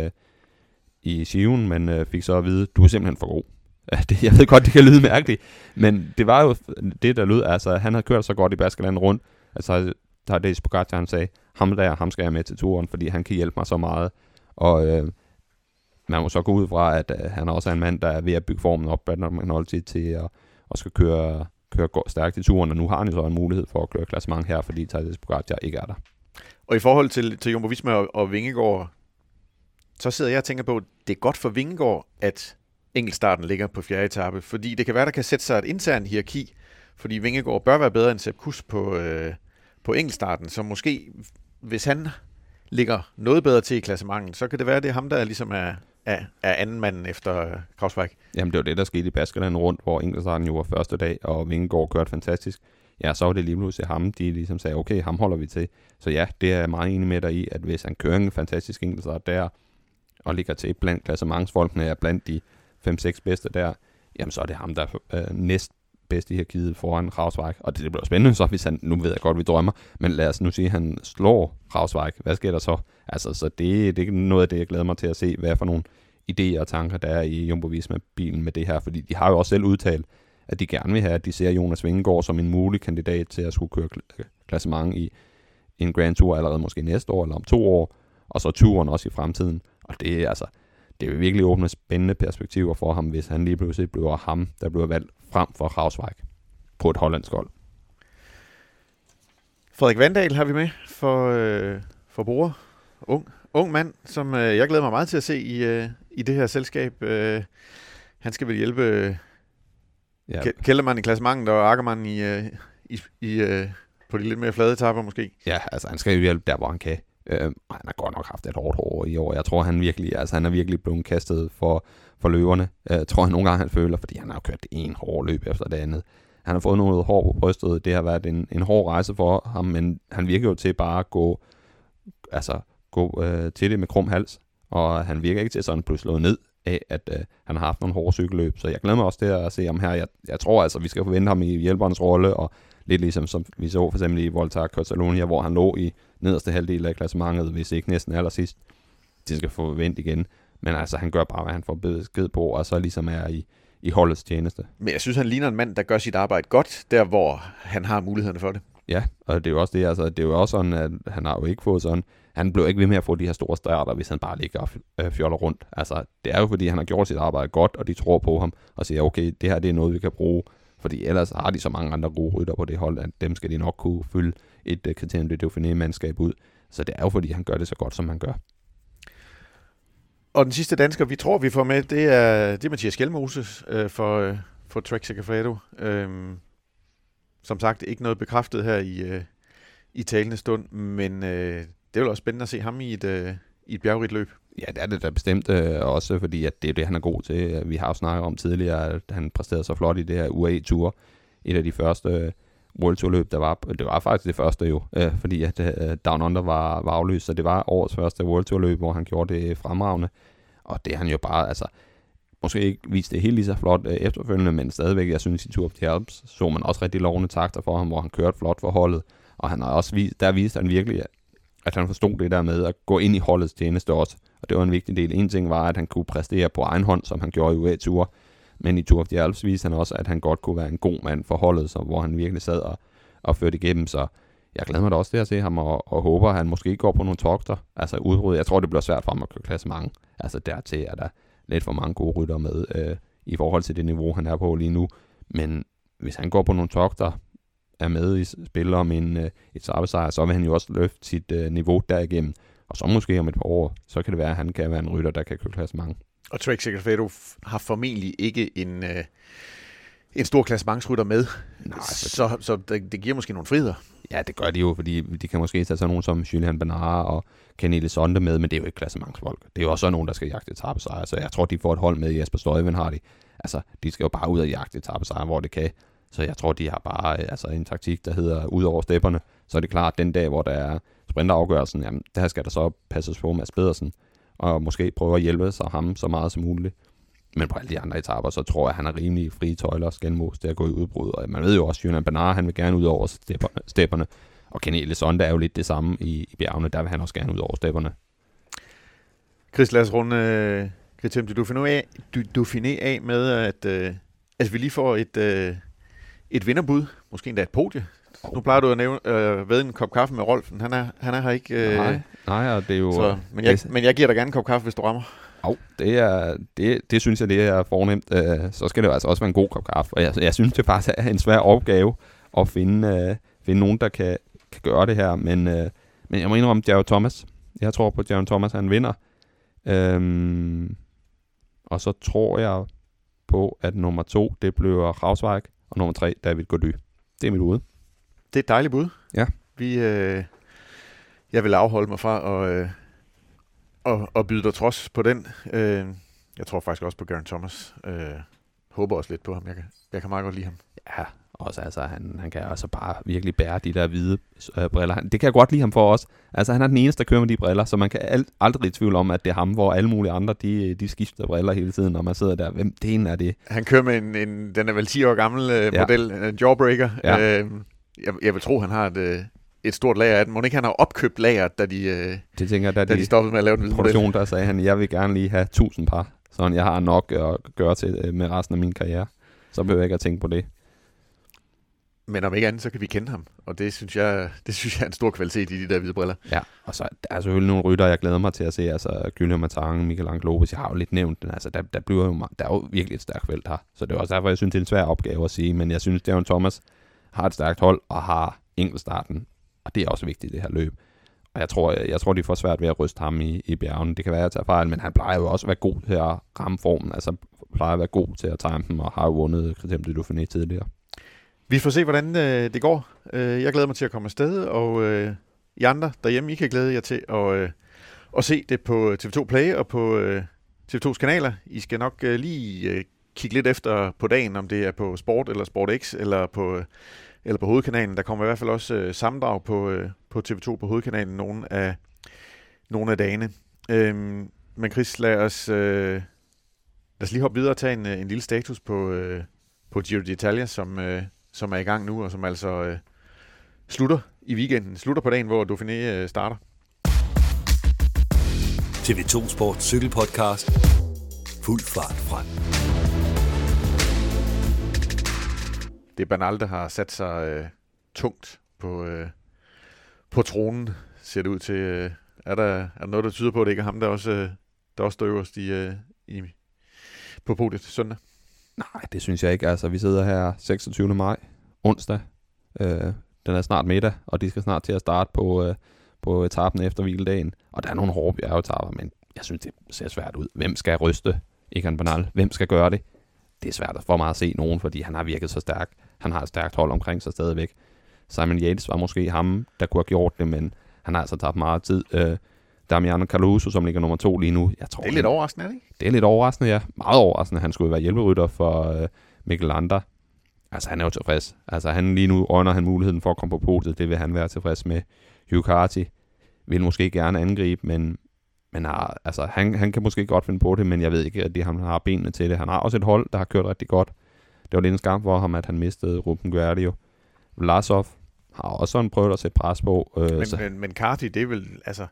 i Skiven, men fik så at vide, du er simpelthen for god. Jeg ved godt, det kan lyde mærkeligt, men det var jo det, der lød. Altså, han havde kørt så godt i Baskerlandet rundt. Altså, Tadej Pogačar, han sagde, ham skal jeg med til turen, fordi han kan hjælpe mig så meget. Og man må så gå ud fra, at han også er en mand, der er ved at bygge formen op, Brandon McNulty, til at skal køre stærkt i turen, og nu har han jo så en mulighed for at køre klassement her, fordi Tadej Pogačar ikke er der. Og i forhold til Jumbo Visma og Vingegaard, så sidder jeg og tænker på, at det er godt for Vingegaard, at enkeltstarten ligger på 4. etape, fordi det kan være, der kan sætte sig et internt hierarki, fordi Vingegaard bør være bedre end Sepp Kuss på enkeltstarten, så måske, hvis han ligger noget bedre til i klassementet, så kan det være, det er ham, der ligesom er anden manden efter Krauswijk. Jamen, det var det, der skete i Baskerlandet rundt, hvor enkeltstarten jo var første dag, og Vingegaard kørte fantastisk. Ja, så var det lige pludselig ham, de ligesom sagde, okay, ham holder vi til. Så ja, det er jeg meget enig med dig i, at hvis han kører en fantastisk enkeltstart der, og ligger til blandt klassementsfolkene, er blandt de 5-6 bedste der, jamen så er det ham, der er næst bedst i hierarkiet foran Krauswijk. Og det bliver spændende, så hvis han, nu ved jeg godt, vi drømmer, men lad os nu sige, at han slår Krauswijk. Hvad sker der så? Altså, så det er noget af det, jeg glæder mig til at se, hvad for nogle idéer og tanker, der er i Jumbo Visma-bilen med det her, fordi de har jo også selv udtalt, at de gerne vil have, at de ser Jonas Vingegaard som en mulig kandidat til at skulle køre klassement i en Grand Tour allerede måske næste år eller om 2 år, og så turen også i fremtiden. Og det er altså, det vil virkelig åbne spændende perspektiver for ham, hvis han lige pludselig bliver ham, der bliver valgt frem for Krauswijk på et hollandsk hold. Frederik Vandal har vi med for Bora. Ung mand, som jeg glæder mig meget til at se i det her selskab. Han skal vel hjælpe Kelderman i klassementet og Ackermann på de lidt mere flade etaper måske. Ja, altså han skal jo hjælpe der, hvor han kan. Han har godt nok haft et hårdt år i år. Jeg tror, han er virkelig blevet kastet for løverne. Jeg tror, han nogle gange han føler, fordi han har kørt det en hård løb efter det andet. Han har fået noget hår på brystet. Det har været en hård rejse for ham, men han virker jo til bare at gå til det med krum hals. Og han virker ikke til sådan at blive slået ned af, at han har haft nogle hårde cykelløb. Så jeg glæder mig også til at se ham her. Jeg tror altså, vi skal forvente ham i hjælperens rolle, og lidt ligesom som vi så for eksempel i Volta a Catalunya, hvor han lå i nederste halvdel af klassementet, hvis ikke næsten allersidst. De skal forvente igen. Men altså, han gør bare, hvad han får besked på, og så ligesom er i holdets tjeneste. Men jeg synes, han ligner en mand, der gør sit arbejde godt, der hvor han har mulighederne for det. Ja, og det er jo også det, altså, det er jo også sådan, at han har jo ikke fået sådan, han blev ikke ved med at få de her store starter, hvis han bare ligger og fjoller rundt. Altså, det er jo fordi, han har gjort sit arbejde godt, og de tror på ham, og siger, okay, det her det er noget, vi kan bruge, fordi ellers har de så mange andre gode rytter på det hold, at dem skal de nok kunne fylde et Criterium du Dauphiné-mandskab ud. Så det er jo fordi, han gør det så godt, som han gør. Og den sidste dansker, vi tror, vi får med, det er Mathias Skjelmose for Trek Segafredo. Som sagt, ikke noget bekræftet her i talende stund, men det er jo også spændende at se ham i et bjergrigt løb. Ja, det er det da bestemt også, fordi at det er det, han er god til. Vi har jo snakket om tidligere, at han præsterede så flot i det her UAE-tour. Et af de første World Tour løb, der var. Det var faktisk det første jo, fordi at Down Under var aflyst, så det var årets første World Tour løb, hvor han gjorde det fremragende. Og det er han jo bare, altså, måske ikke vist det helt lige så flot efterfølgende, men stadigvæk, jeg synes i Tour of the Alps, så man også rigtig lovende takter for ham, hvor han kørte flot for holdet. Og han har også vist han virkelig, at han forstod det der med at gå ind i holdets tjeneste også. Og det var en vigtig del. En ting var, at han kunne præstere på egen hånd, som han gjorde i UAE-tour. Men i Tour of the Alps viste han også, at han godt kunne være en god mand for holdet, så hvor han virkelig sad og førte igennem. Så jeg glæder mig da også til at se ham, og håber, at han måske går på nogle togter. Altså udrydde. Jeg tror, det bliver svært for ham at køre klassement. Altså dertil er der lidt for mange gode rytter med i forhold til det niveau, han er på lige nu. Men hvis han går på nogle togter, er med i spil om et etappesejr, så vil han jo også løfte sit niveau derigennem. Og så måske om et par år, så kan det være, at han kan være en rytter, der kan køre klassement. Og Trek Segafredo har formentlig ikke en stor klassementsrytter med. Nej, Så det giver måske nogle friheder. Ja, det gør de jo, fordi de kan måske tage sådan nogen som Julian Bernard og Kenny Lesonde med, men det er jo ikke klassementsfolk. Det er jo også sådan nogen, der skal jagte etapesejre, så jeg tror, de får et hold med. Jesper Stuyven har de. Altså, de skal jo bare ud og jagte etapesejre, hvor det kan. Så jeg tror, de har bare en taktik, der hedder ud over stepperne. Så er det klart, at den dag, hvor der er sprinterafgørelsen, jamen, der skal der så passes på Mads Pedersen, og måske prøve at hjælpe sig ham så meget som muligt. Men på alle de andre etaper, så tror jeg, at han er rimelig frie tøjler og Skanmos til at gå i udbrud. Og man ved jo også, at Julian Bernard, han vil gerne ud over stepperne. Og Kenny Elissonde er jo lidt det samme i bjergene. Der vil han også gerne ud over stepperne. Chris, lad os runde Kristian Dauphiné af med, at vi lige får et vinderbud. Måske endda et podie. Nu plejer du at nævne ved en kop kaffe med Rolfen. Han er her ikke. Nej, og det er jo... Så, men jeg giver dig gerne en kop kaffe, hvis du rammer. Det synes jeg, det er fornemt. Så skal det jo altså også være en god kop kaffe. Og jeg synes, det faktisk er en svær opgave at finde nogen, der kan gøre det her. Men jeg må indrømme Jaron Thomas. Jeg tror på, at Jaron Thomas han vinder. Og så tror jeg på, at nummer 2, det bliver Rausweig, og nummer 3, David Gody. Det er mit bud. Det er et dejligt bud. Ja. Jeg vil afholde mig fra og byde dig trods på den. Jeg tror faktisk også på Geraint Thomas. Håber også lidt på ham. Jeg kan meget godt lide ham. Ja, også altså, han kan altså bare virkelig bære de der hvide briller. Det kan jeg godt lide ham for også. Altså, han er den eneste, der kører med de briller, så man kan aldrig i tvivl om, at det er ham, hvor alle mulige andre, de skifter briller hele tiden, når man sidder der. Hvem det er det? Han kører med den er vel 10 år gammel model, en Jawbreaker. Ja. Jeg vil tro, han har et stort lager af den. Må ikke han har opkøbt lager, da de stoppede med at lave den hvide produktion, der sagde han, jeg vil gerne lige have 1000 par, så jeg har nok at gøre til med resten af min karriere. Så behøver jeg ikke at tænke på det. Men om ikke andet, så kan vi kende ham. Og det synes jeg er en stor kvalitet i de der hvide briller. Ja, og så der er selvfølgelig nogle rytter, jeg glæder mig til at se. Altså Gyllene Matang, Michael Angel Lopez, jeg har jo lidt nævnt den. Altså, der er jo virkelig et stærkt felt her. Så det er også derfor, jeg synes, det er en svær opgave at sige. Men jeg synes, Jaron Thomas har et stærkt hold og har enkeltstarten. Og det er også vigtigt, det her løb. Og jeg tror, de får svært ved at ryste ham i bjergene. Det kan være, at jeg tager fejl, men han plejer jo også at være god til at ramme formen. Altså plejer at være god til at time dem, og har jo vundet Kristian Dauphiné tidligere. Vi får se, hvordan det går. Jeg glæder mig til at komme afsted, og I andre derhjemme, I kan glæde jer til at se det på TV2 Play og på TV2's kanaler. I skal nok lige kigge lidt efter på dagen, om det er på Sport eller Sport X eller på hovedkanalen. Der kommer i hvert fald også sammendrag på TV2 på hovedkanalen nogle af dagene. Men Chris, lad os lige hoppe videre og tage en lille status på Giro d'Italia, som er i gang nu, og som altså slutter i weekenden. Slutter på dagen, hvor Dauphiné starter. TV2 Sport Cykelpodcast. Fuld fart frem. Det er Bernal, der har sat sig tungt på tronen, ser det ud til. Er der noget, der tyder på, at det ikke er ham, der også står øverst på podiet søndag? Nej, det synes jeg ikke. Altså, vi sidder her 26. maj, onsdag. Den er snart middag, og de skal snart til at starte på etappen efter hviledagen. Og der er nogle hårde bjergetapper, men jeg synes, det ser svært ud. Hvem skal ryste Egan Bernal? Hvem skal gøre det? Det er svært for mig at se nogen, fordi han har virket så stærk. Han har et stærkt hold omkring sig stadigvæk. Simon Yates var måske ham, der kunne have gjort det, men han har altså tabt meget tid. Damiano Caruso, som ligger nummer 2 lige nu. Jeg tror, det er lidt overraskende, ikke? Det er lidt overraskende, ja. Meget overraskende. Han skulle være hjælperytter for Mikkel Landa. Altså, han er jo tilfreds. Altså, han lige nu øjner han muligheden for at komme på podiet. Det vil han være tilfreds med. Hugh Carty vil måske gerne angribe, men han kan måske godt finde på det, men jeg ved ikke, at han har benene til det. Han har også et hold, der har kørt rigtig godt. Det var lidt en skam for ham, at han mistede Ruben Guerdio. Vlasov har også prøvet at sætte pres på. Men Carty, det er vel altså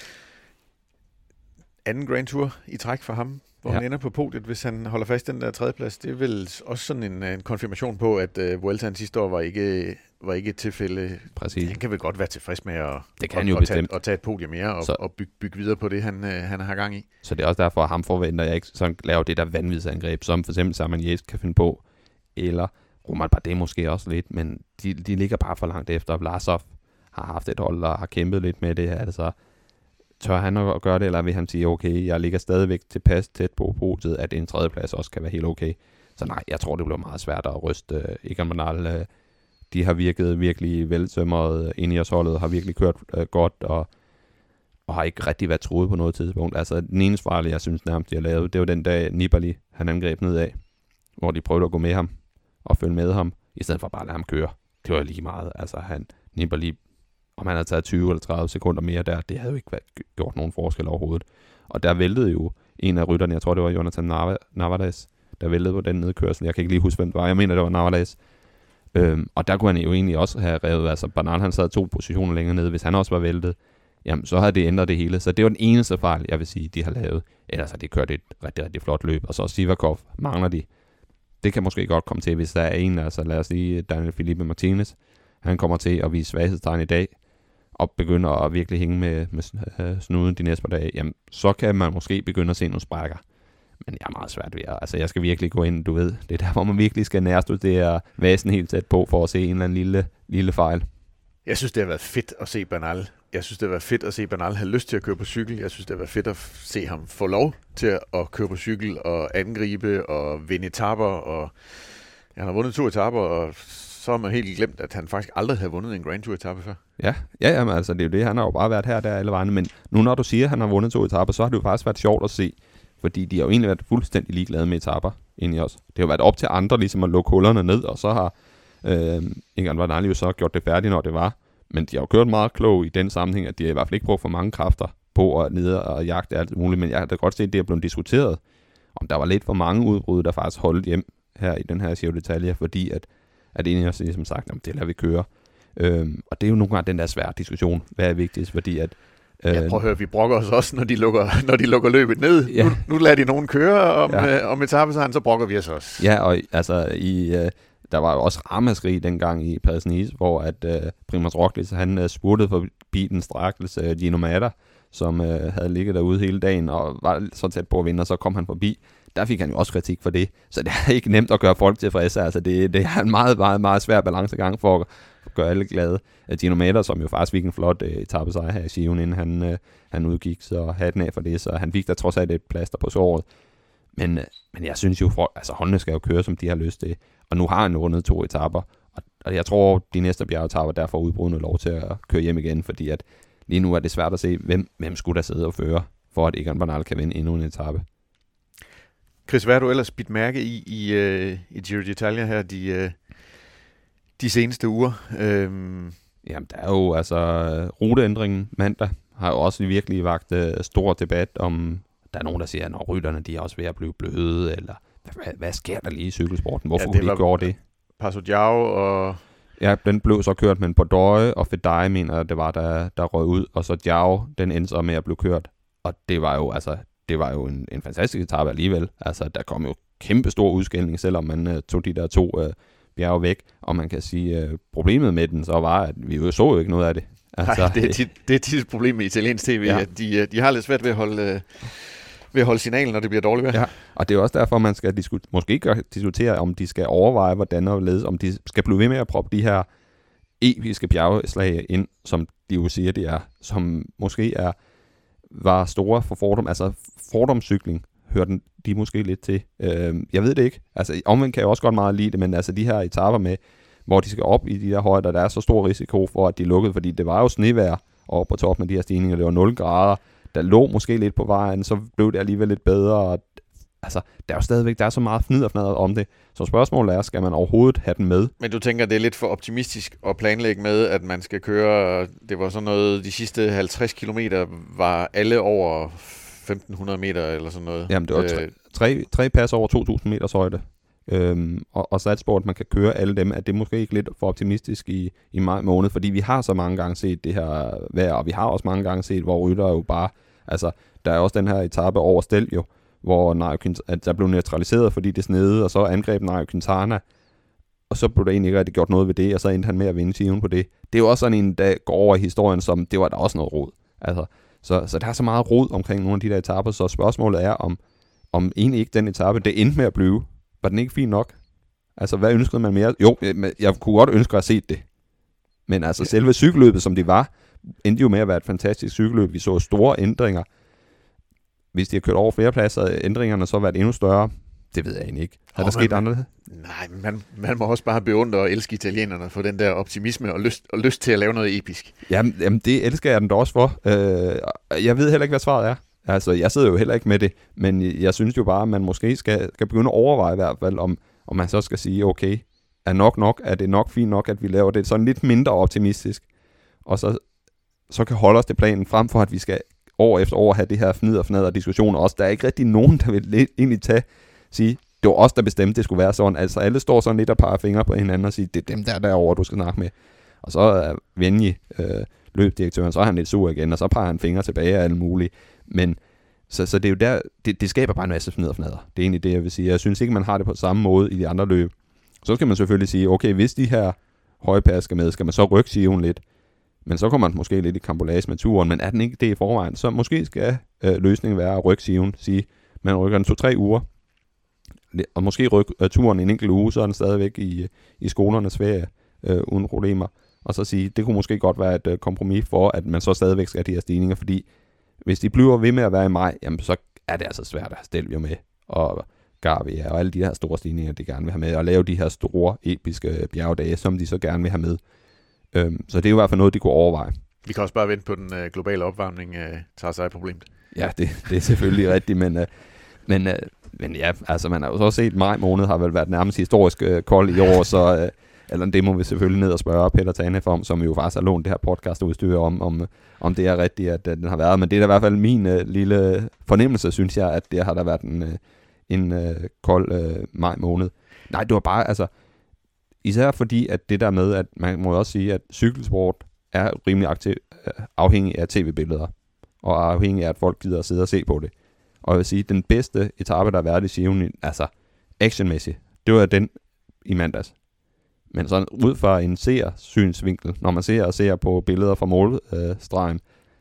anden Grand Tour i træk for ham, hvor han ender på podiet, hvis han holder fast den der tredjeplads. Det er vel også sådan en konfirmation på, at Vueltaen sidste år var ikke et tilfælde. Præcis. Han kan vel godt være tilfreds med at tage et podium mere og bygge videre på det, han har gang i. Så det er også derfor, at ham forventer jeg ikke sådan laver det der vanvidsangreb, som for eksempel Simon Yates kan finde på, eller Romain Bardet måske også lidt, men de ligger bare for langt efter. Vlasov har haft et hold, der har kæmpet lidt med det her, altså tør han at gøre det, eller vil han sige, okay, jeg ligger stadigvæk tilpas tæt på podiet, at en tredjeplads også kan være helt okay. Så nej, jeg tror, det bliver meget svært at ryste Egan Bernal. De har virket virkelig veltømret ind i os holdet, har virkelig kørt godt, og har ikke rigtig været troet på noget tidspunkt. Altså, den eneste fejl, jeg synes nærmest, de har lavet, det var den dag Nibali, han angreb nedad, hvor de prøvede at gå med ham og følge med ham, i stedet for bare at lade ham køre. Det var lige meget. Altså, Nibali, om han havde taget 20 eller 30 sekunder mere der, det havde jo ikke gjort nogen forskel overhovedet. Og der væltede jo en af rytterne, jeg tror, det var Jonathan Narvaez, der væltede på den nedkørsel. Jeg kan ikke lige huske, hvem det var. Jeg mener, det var Narvaez. Og der kunne han jo egentlig også have revet. Altså, Bernal, han sad 2 positioner længere nede. Hvis han også var væltet, jamen, så havde det ændret det hele. Så det var den eneste fejl, jeg vil sige, de har lavet. Ellers har de kørt et rigtig, rigtig flot løb. Og så Sivakov mangler de. Det kan måske godt komme til, hvis der er en, altså lad os sige, Daniel Felipe Martinez. Han kommer til at vise svaghedstegn i dag, og begynder at virkelig hænge med snuden de næste par dage. Jamen, så kan man måske begynde at se nogle sprækker. Men jeg er meget svært ved at. Altså, jeg skal virkelig gå ind, du ved. Det er der, hvor man virkelig skal nærstudere vasen helt tæt på, for at se en eller anden lille fejl. Jeg synes, det har været fedt at se Bernal. Jeg synes, det har været fedt at se Bernal have lyst til at køre på cykel. Jeg synes, det har været fedt at se ham få lov til at køre på cykel og angribe og vinde etaper. Og han har vundet 2 etaper, og så har man helt glemt, at han faktisk aldrig havde vundet en Grand Tour-etape før. Ja, men altså, det er jo det. Han har jo bare været her der alle vejene. Men nu når du siger, at han har vundet 2 etaper, så har det jo faktisk været sjovt at se. Fordi de har jo egentlig været fuldstændig ligeglade med etaper ind i os. Det har jo været op til andre ligesom at lukke hullerne ned, og så har Egan Bernal jo så gjort det færdigt, når det var. Men de har jo kørt meget klogt i den sammenhæng, at de har i hvert fald ikke brugt for mange kræfter på at nede og jagte alt muligt. Men jeg har da godt set, at det er blevet diskuteret, om der var lidt for mange udbrud, der faktisk holdt hjem her i den her Giro d'Italia, fordi at en af os ligesom sagt, at det lader vi køre. Og det er jo nogle gange den der svære diskussion, hvad er vigtigst, fordi at prøv at høre, vi brokker os også, når de lukker løbet ned. Ja. Nu lader de nogen køre om etapesejren, så brokker vi os også. Ja, og altså der var jo også ramaskrig dengang i Paris-Nice, hvor at Primož Roglič, han spurtede forbi den strækkelse Gino Mada, som havde ligget derude hele dagen og var så tæt på at vinde, og så kom han forbi. Der fik han jo også kritik for det, så det er ikke nemt at gøre folk tilfredse. Altså det er en meget, meget, meget svær balancegang for at gøre alle glade. Gino Mada, som jo faktisk fik en flot etapesejr her i Giroen, inden han udgik, så hatten af for det, så han fik der trods alt et plaster på såret. Men jeg synes jo, altså holdene skal jo køre, som de har lyst til, og nu har han vundet 2 etaper, og jeg tror, de næste bjergetapper derfor udbrudende lov til at køre hjem igen, fordi at lige nu er det svært at se, hvem skulle der sidde og føre, for at Egan Bernal kan vinde endnu en etape. Chris, hvad har du ellers bidt mærke i Giro d'Italia her de seneste uger? Jamen, der er jo altså ruteændringen mandag, har jo også virkelig vagt stor debat om, der er nogen, der siger, at rytterne de er også ved at blive bløde, eller hvad sker der lige i cykelsporten? Hvorfor kunne de ikke gøre det? Passo Giao og... Ja, den blev så kørt, men Bordeaux og Fedai mener, at det var, der røg ud, og så Giao, den endte så med at blive kørt. Og det var jo en fantastisk etape alligevel. Altså, der kom jo kæmpe stor udskilning, selvom man tog de der 2 bjerge væk. Og man kan sige, problemet med den så var, at vi jo så ikke noget af det. Altså, nej, det er tit et problem med italiensk tv, ja. At de har lidt svært ved at holde signalen, når det bliver dårligt vejr. Ja, og det er også derfor, man skal måske diskutere, om de skal overveje, hvordan og hvorledes, om de skal blive ved med at proppe de her episke bjergeslag ind, som de jo siger, det er, som måske var store for fordom, altså fordomscykling, hørte de måske lidt til. Jeg ved det ikke. Altså, omvendt kan jeg også godt meget lide det, men altså de her etaper med, hvor de skal op i de der højder, der er så stor risiko for, at de lukkede, fordi det var jo snevejr oppe på toppen af de her stigninger, det var 0 grader, der lå måske lidt på vejen, så blev det alligevel lidt bedre, og altså, der er jo stadigvæk, der er så meget fnidderfnader om det, så spørgsmålet er, skal man overhovedet have den med? Men du tænker, det er lidt for optimistisk at planlægge med, at man skal køre, det var sådan noget, de sidste 50 kilometer var alle over 1500 meter eller sådan noget. Jamen, det var tre pas over 2000 meters højde. Og sats på, at man kan køre alle dem, at det måske ikke lidt for optimistisk i maj måned, fordi vi har så mange gange set det her vejr, og vi har også mange gange set, hvor rytter jo bare, altså, der er også den her etape over Stel jo, hvor at der blev neutraliseret, fordi det snede, og så angreb Nairo Quintana, og så blev der egentlig ikke rigtig gjort noget ved det, og så endte han med at vinde Giroen på det. Det er jo også sådan en, der går over i historien, som det var der også noget rod. Altså, så der er så meget rod omkring nogle af de der etaper, så spørgsmålet er, om egentlig ikke den etape, det endte med at blive. Var den ikke fin nok? Altså, hvad ønskede man mere? Jo, jeg kunne godt ønske at have set det. Men altså, selve cykelløbet, som det var, endte jo med at være et fantastisk cykelløb. Vi så store ændringer. Hvis de har kørt over flere pladser, ændringerne så været endnu større. Det ved jeg egentlig ikke. Har der sket andet? Nej, man må også bare beundre og elske italienerne for den der optimisme og lyst til at lave noget episk. Jamen det elsker jeg den da også for. Jeg ved heller ikke, hvad svaret er. Altså, jeg sidder jo heller ikke med det, men jeg synes jo bare, at man måske skal begynde at overveje i hvert fald, om man så skal sige, okay, er det nok fint nok, at vi laver det sådan lidt mindre optimistisk, og så kan holde os til planen, frem for at vi skal år efter år have det her fnidder diskussioner også. Der er ikke rigtig nogen, der vil egentlig sige, det var os, der bestemte, det skulle være sådan. Altså alle står sådan lidt og peger fingre på hinanden og siger, det er dem derovre, du skal snakke med. Og så er Venji, løbdirektøren, så er han lidt sur igen, og så peger han fingre tilbage af alle mulige. Men så det er jo der, det skaber bare en masse fnidder. Det er egentlig det, jeg vil sige. Jeg synes ikke, man har det på samme måde i de andre løb. Så skal man selvfølgelig sige, okay, hvis de her højpas skal med, skal man så rykke Sion lidt. Men så kommer man måske lidt i kampolage med turen, men er den ikke det i forvejen, så måske skal løsningen være at rykke Sion. Sige, man rykker den 2-3 uger, og måske rykke turen en enkelt uge, så er den stadigvæk i skolernes ferie uden problemer. Og så sige, det kunne måske godt være et kompromis for, at man så stadigvæk skal have de her stigninger, fordi hvis de bliver ved med at være i maj, jamen så er det altså svært at have Stelvio med, og Garvia og alle de her store stigninger, de gerne vil have med, og lave de her store episke bjergdage, som de så gerne vil have med. Så det er jo i hvert fald noget, de kunne overveje. Vi kan også bare vente på den globale opvarmning, tager sig af problemet. Ja, det er selvfølgelig rigtigt, men ja, altså man har jo så set, maj måned har vel været nærmest historisk kold i år, så eller det må vi selvfølgelig ned og spørge Peter Tanef om, som jo faktisk har lånt det her podcastudstyr om det er rigtigt, at den har været. Men det er da i hvert fald min lille fornemmelse, synes jeg, at det har der været en kold maj måned. Nej, det var bare, altså, især fordi, at det der med, at man må også sige, at cykelsport er rimelig afhængig af tv-billeder, og afhængig af, at folk gider at sidde og se på det. Og jeg vil sige, den bedste etape, der har været i Sion, altså actionmæssigt, det var den i mandags. Men sådan ud fra en synsvinkel, når man ser på billeder fra målstregen,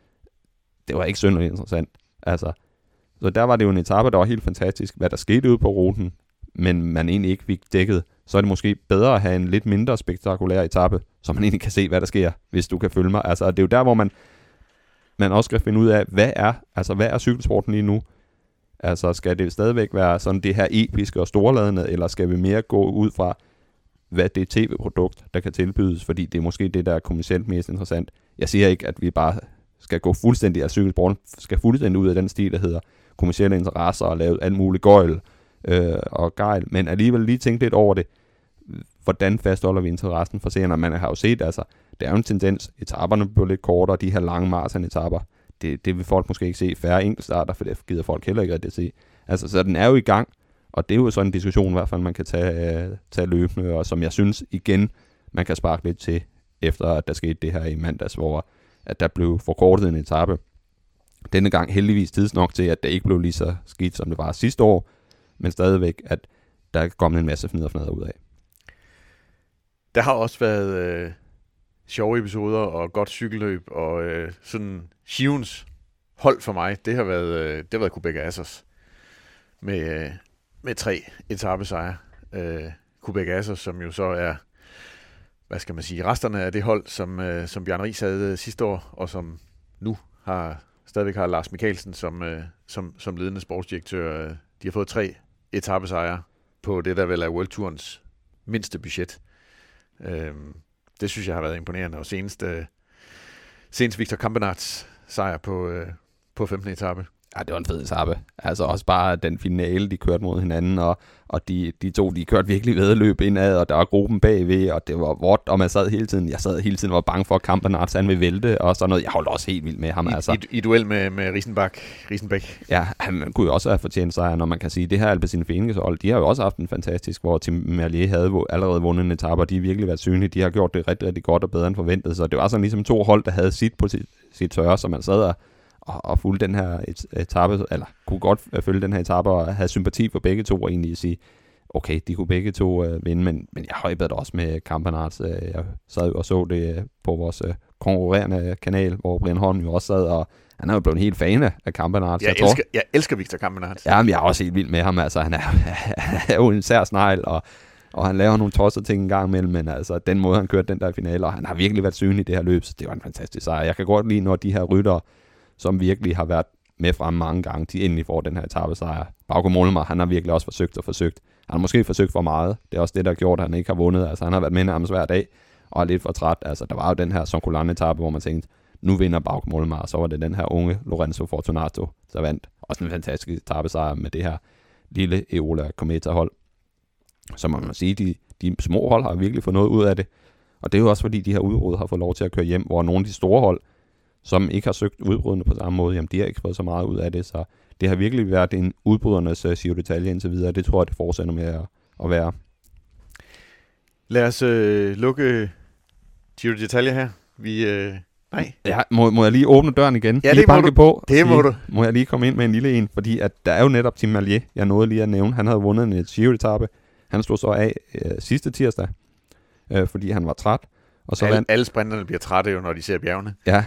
det var ikke synderligt interessant. Altså, så der var det jo en etape, der var helt fantastisk, hvad der skete ude på ruten, men man egentlig ikke fik dækket. Så er det måske bedre at have en lidt mindre spektakulær etape, så man egentlig kan se, hvad der sker, hvis du kan følge mig. Altså, det er jo der, hvor man også skal finde ud af, hvad er cykelsporten lige nu? Altså, skal det stadigvæk være sådan det her episke og storladende, eller skal vi mere gå ud fra, hvad det tv-produkt, der kan tilbydes, fordi det er måske det, der er kommercielt mest interessant. Jeg siger ikke, at vi bare skal gå fuldstændig, at cykelsporten skal fuldstændig ud af den stil, der hedder kommercielle interesser og lave alt muligt gøjl og gejl, men alligevel lige tænke lidt over det. Hvordan fastholder vi interessen for seerne? Man har jo set, altså, der er jo en tendens, etaperne bliver lidt kortere, de her lange maraton-etaper, det vil folk måske ikke se, færre enkeltstarter, for det gider folk heller ikke rigtig at se. Altså, så den er jo i gang, og det er jo sådan en diskussion, i hvert fald, man kan tage løbende, og som jeg synes, igen, man kan sparke lidt til, efter at der skete det her i mandags, hvor at der blev forkortet en etape. Denne gang heldigvis tidsnok til, at det ikke blev lige så skidt, som det var sidste år, men stadigvæk, at der er kommet en masse fnader ud af. Der har også været sjove episoder og godt cykelløb, og sådan Sions hold for mig, det har været Qhubeka Assos med 3 etapesejre. Qhubeka Assos, som jo så er, hvad skal man sige, resterne af det hold, som Bjarne Riis havde sidste år, og som nu stadigvæk har Lars Mikkelsen som ledende sportsdirektør. De har fået 3 etapesejre på det, der vel er World Tourens mindste budget. Det synes jeg har været imponerende, og senest Victor Campenaerts sejr på 15. etape. Ja, det var en fed etape. Altså også bare den finale, de kørte mod hinanden, og de to, de kørte virkelig vedløb indad, og der var gruppen bagved, og det var vort, og jeg sad hele tiden og var bange for, at Campenaerts han ville vælte, og sådan noget. Jeg holdt også helt vildt med ham. I duel med Riesenbeck. Ja, han kunne jo også have fortjent sejr, når man kan sige, det her Alpecin Fenix hold, de har jo også haft en fantastisk, hvor Tim Merlier havde allerede vundet en etape, og de har virkelig været synlige. De har gjort det rigtig, rigtig godt og bedre end forventet, så det var sådan ligesom 2 hold, der havde sit på sit tørre, så man sad og fulgte den her etape, eller kunne godt følge den her etape og have sympati for begge to, og egentlig sige, okay, de kunne begge to vinde, men jeg højbede det også med Campenaerts. Jeg sad jo og så det på vores konkurrerende kanal, hvor Brian Holm jo også sad, og han er jo blevet en helt fan af Campenaerts. Jeg elsker Victor Campenaerts. Ja, men jeg er også helt vild med ham, altså han er jo en sær snegl, og han laver nogle tosser ting en gang imellem, men altså den måde, han kørte den der finale, og han har virkelig været synlig i det her løb, så det var en fantastisk sejr. Jeg kan godt lide, når de her ryttere, som virkelig har været med frem mange gange, de endelig får den her etapesejr. Bauke Mollema, han har virkelig også forsøgt. Han har måske forsøgt for meget. Det er også det, der har gjort, at han ikke har vundet. Altså, han har været med nærmest hver dag, og er lidt for træt. Altså, der var jo den her Soncolan-etape, hvor man tænkte, nu vinder Bauke Mollema, og så var det den her unge Lorenzo Fortunato, der vandt. Også en fantastisk etapesejr med det her lille Eola Cometa-hold. Så man må sige, de små hold har virkelig fået noget ud af det. Og det er jo også fordi, de her udbrud har fået lov til at køre hjem, hvor nogle af de store hold, som ikke har søgt udbrudene på samme måde, jamen de har ikke fået så meget ud af det. Så det har virkelig været en udbrydernes Giro d'Italia indtil videre. Det tror jeg, det fortsætter med at være. Lad os lukke Giro d'Italia her. Nej. Ja, må jeg lige åbne døren igen? Ja, det må du. På, det må du. Må jeg lige komme ind med en lille en, fordi at der er jo netop Tim Merlier, jeg nåede lige at nævne. Han havde vundet en Giro-etape. Han stod så af sidste tirsdag, fordi han var træt. Og så alle sprinterne bliver trætte jo, når de ser bjergene. Ja,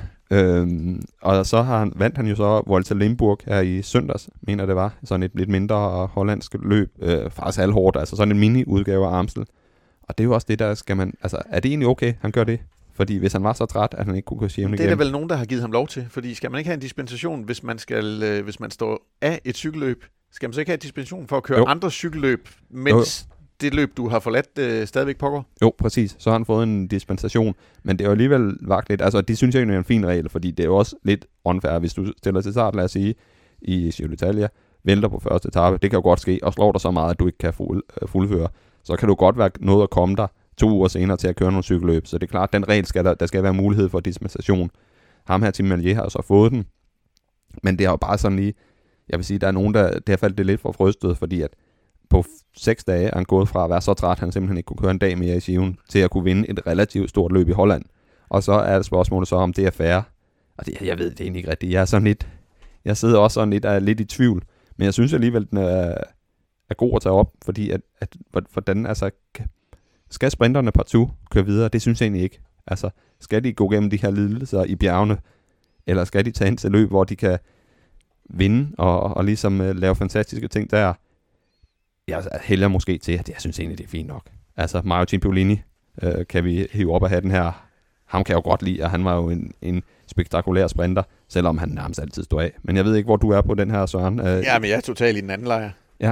og så vandt han jo så Volta Limburg her i søndags, mener det var. Sådan et lidt mindre hollandsk løb, faktisk halvhårdt, altså sådan en mini-udgave af Amstel. Og det er jo også det, der skal man... Altså, er det egentlig okay, han gør det? Fordi hvis han var så træt, at han ikke kunne køre Giro igen... Det er der vel nogen, der har givet ham lov til, fordi skal man ikke have en dispensation, hvis man står af et cykelløb? Skal man så ikke have en dispensation for at køre andre cykelløb, mens det løb, du har forladt, stadigvæk pågår? Jo, præcis. Så har han fået en dispensation. Men det er jo alligevel vagt lidt... Altså, det synes jeg er en fin regel, fordi det er jo også lidt unfair, hvis du stiller til start, lad os sige, i Giro d'Italia, vælter på første etape, det kan jo godt ske, og slår dig så meget, at du ikke kan fuldføre. Så kan du godt være noget at komme der 2 uger senere til at køre nogle cykelløb. Så det er klart, at den regel der skal være mulighed for dispensation. Ham her, Tim Merlier, har så fået den. Men det er jo bare sådan lige... Jeg vil sige, der er nogen, der har faldet det lidt for frystet, fordi at på 6 dage er han gået fra at være så træt, at han simpelthen ikke kunne køre en dag mere i Giroen, til at kunne vinde et relativt stort løb i Holland. Og så er det spørgsmålet så, om det er fair. Og jeg ved det egentlig ikke rigtigt. Jeg sidder også sådan lidt i tvivl. Men jeg synes alligevel, den er god at tage op, fordi at hvordan, altså, skal sprinterne partout køre videre? Det synes jeg egentlig ikke. Altså, skal de gå gennem de her lidelser i bjergene, eller skal de tage ind til løb, hvor de kan vinde og ligesom lave fantastiske ting der? Jeg hælder måske til, at jeg synes egentlig, det er fint nok. Altså, Mario Cipollini kan vi hive op af hatten her. Ham kan jeg jo godt lide, og han var jo en spektakulær sprinter, selvom han nærmest altid står af. Men jeg ved ikke, hvor du er på den her, Søren. Ja, men jeg er totalt i den anden lejr. Ja.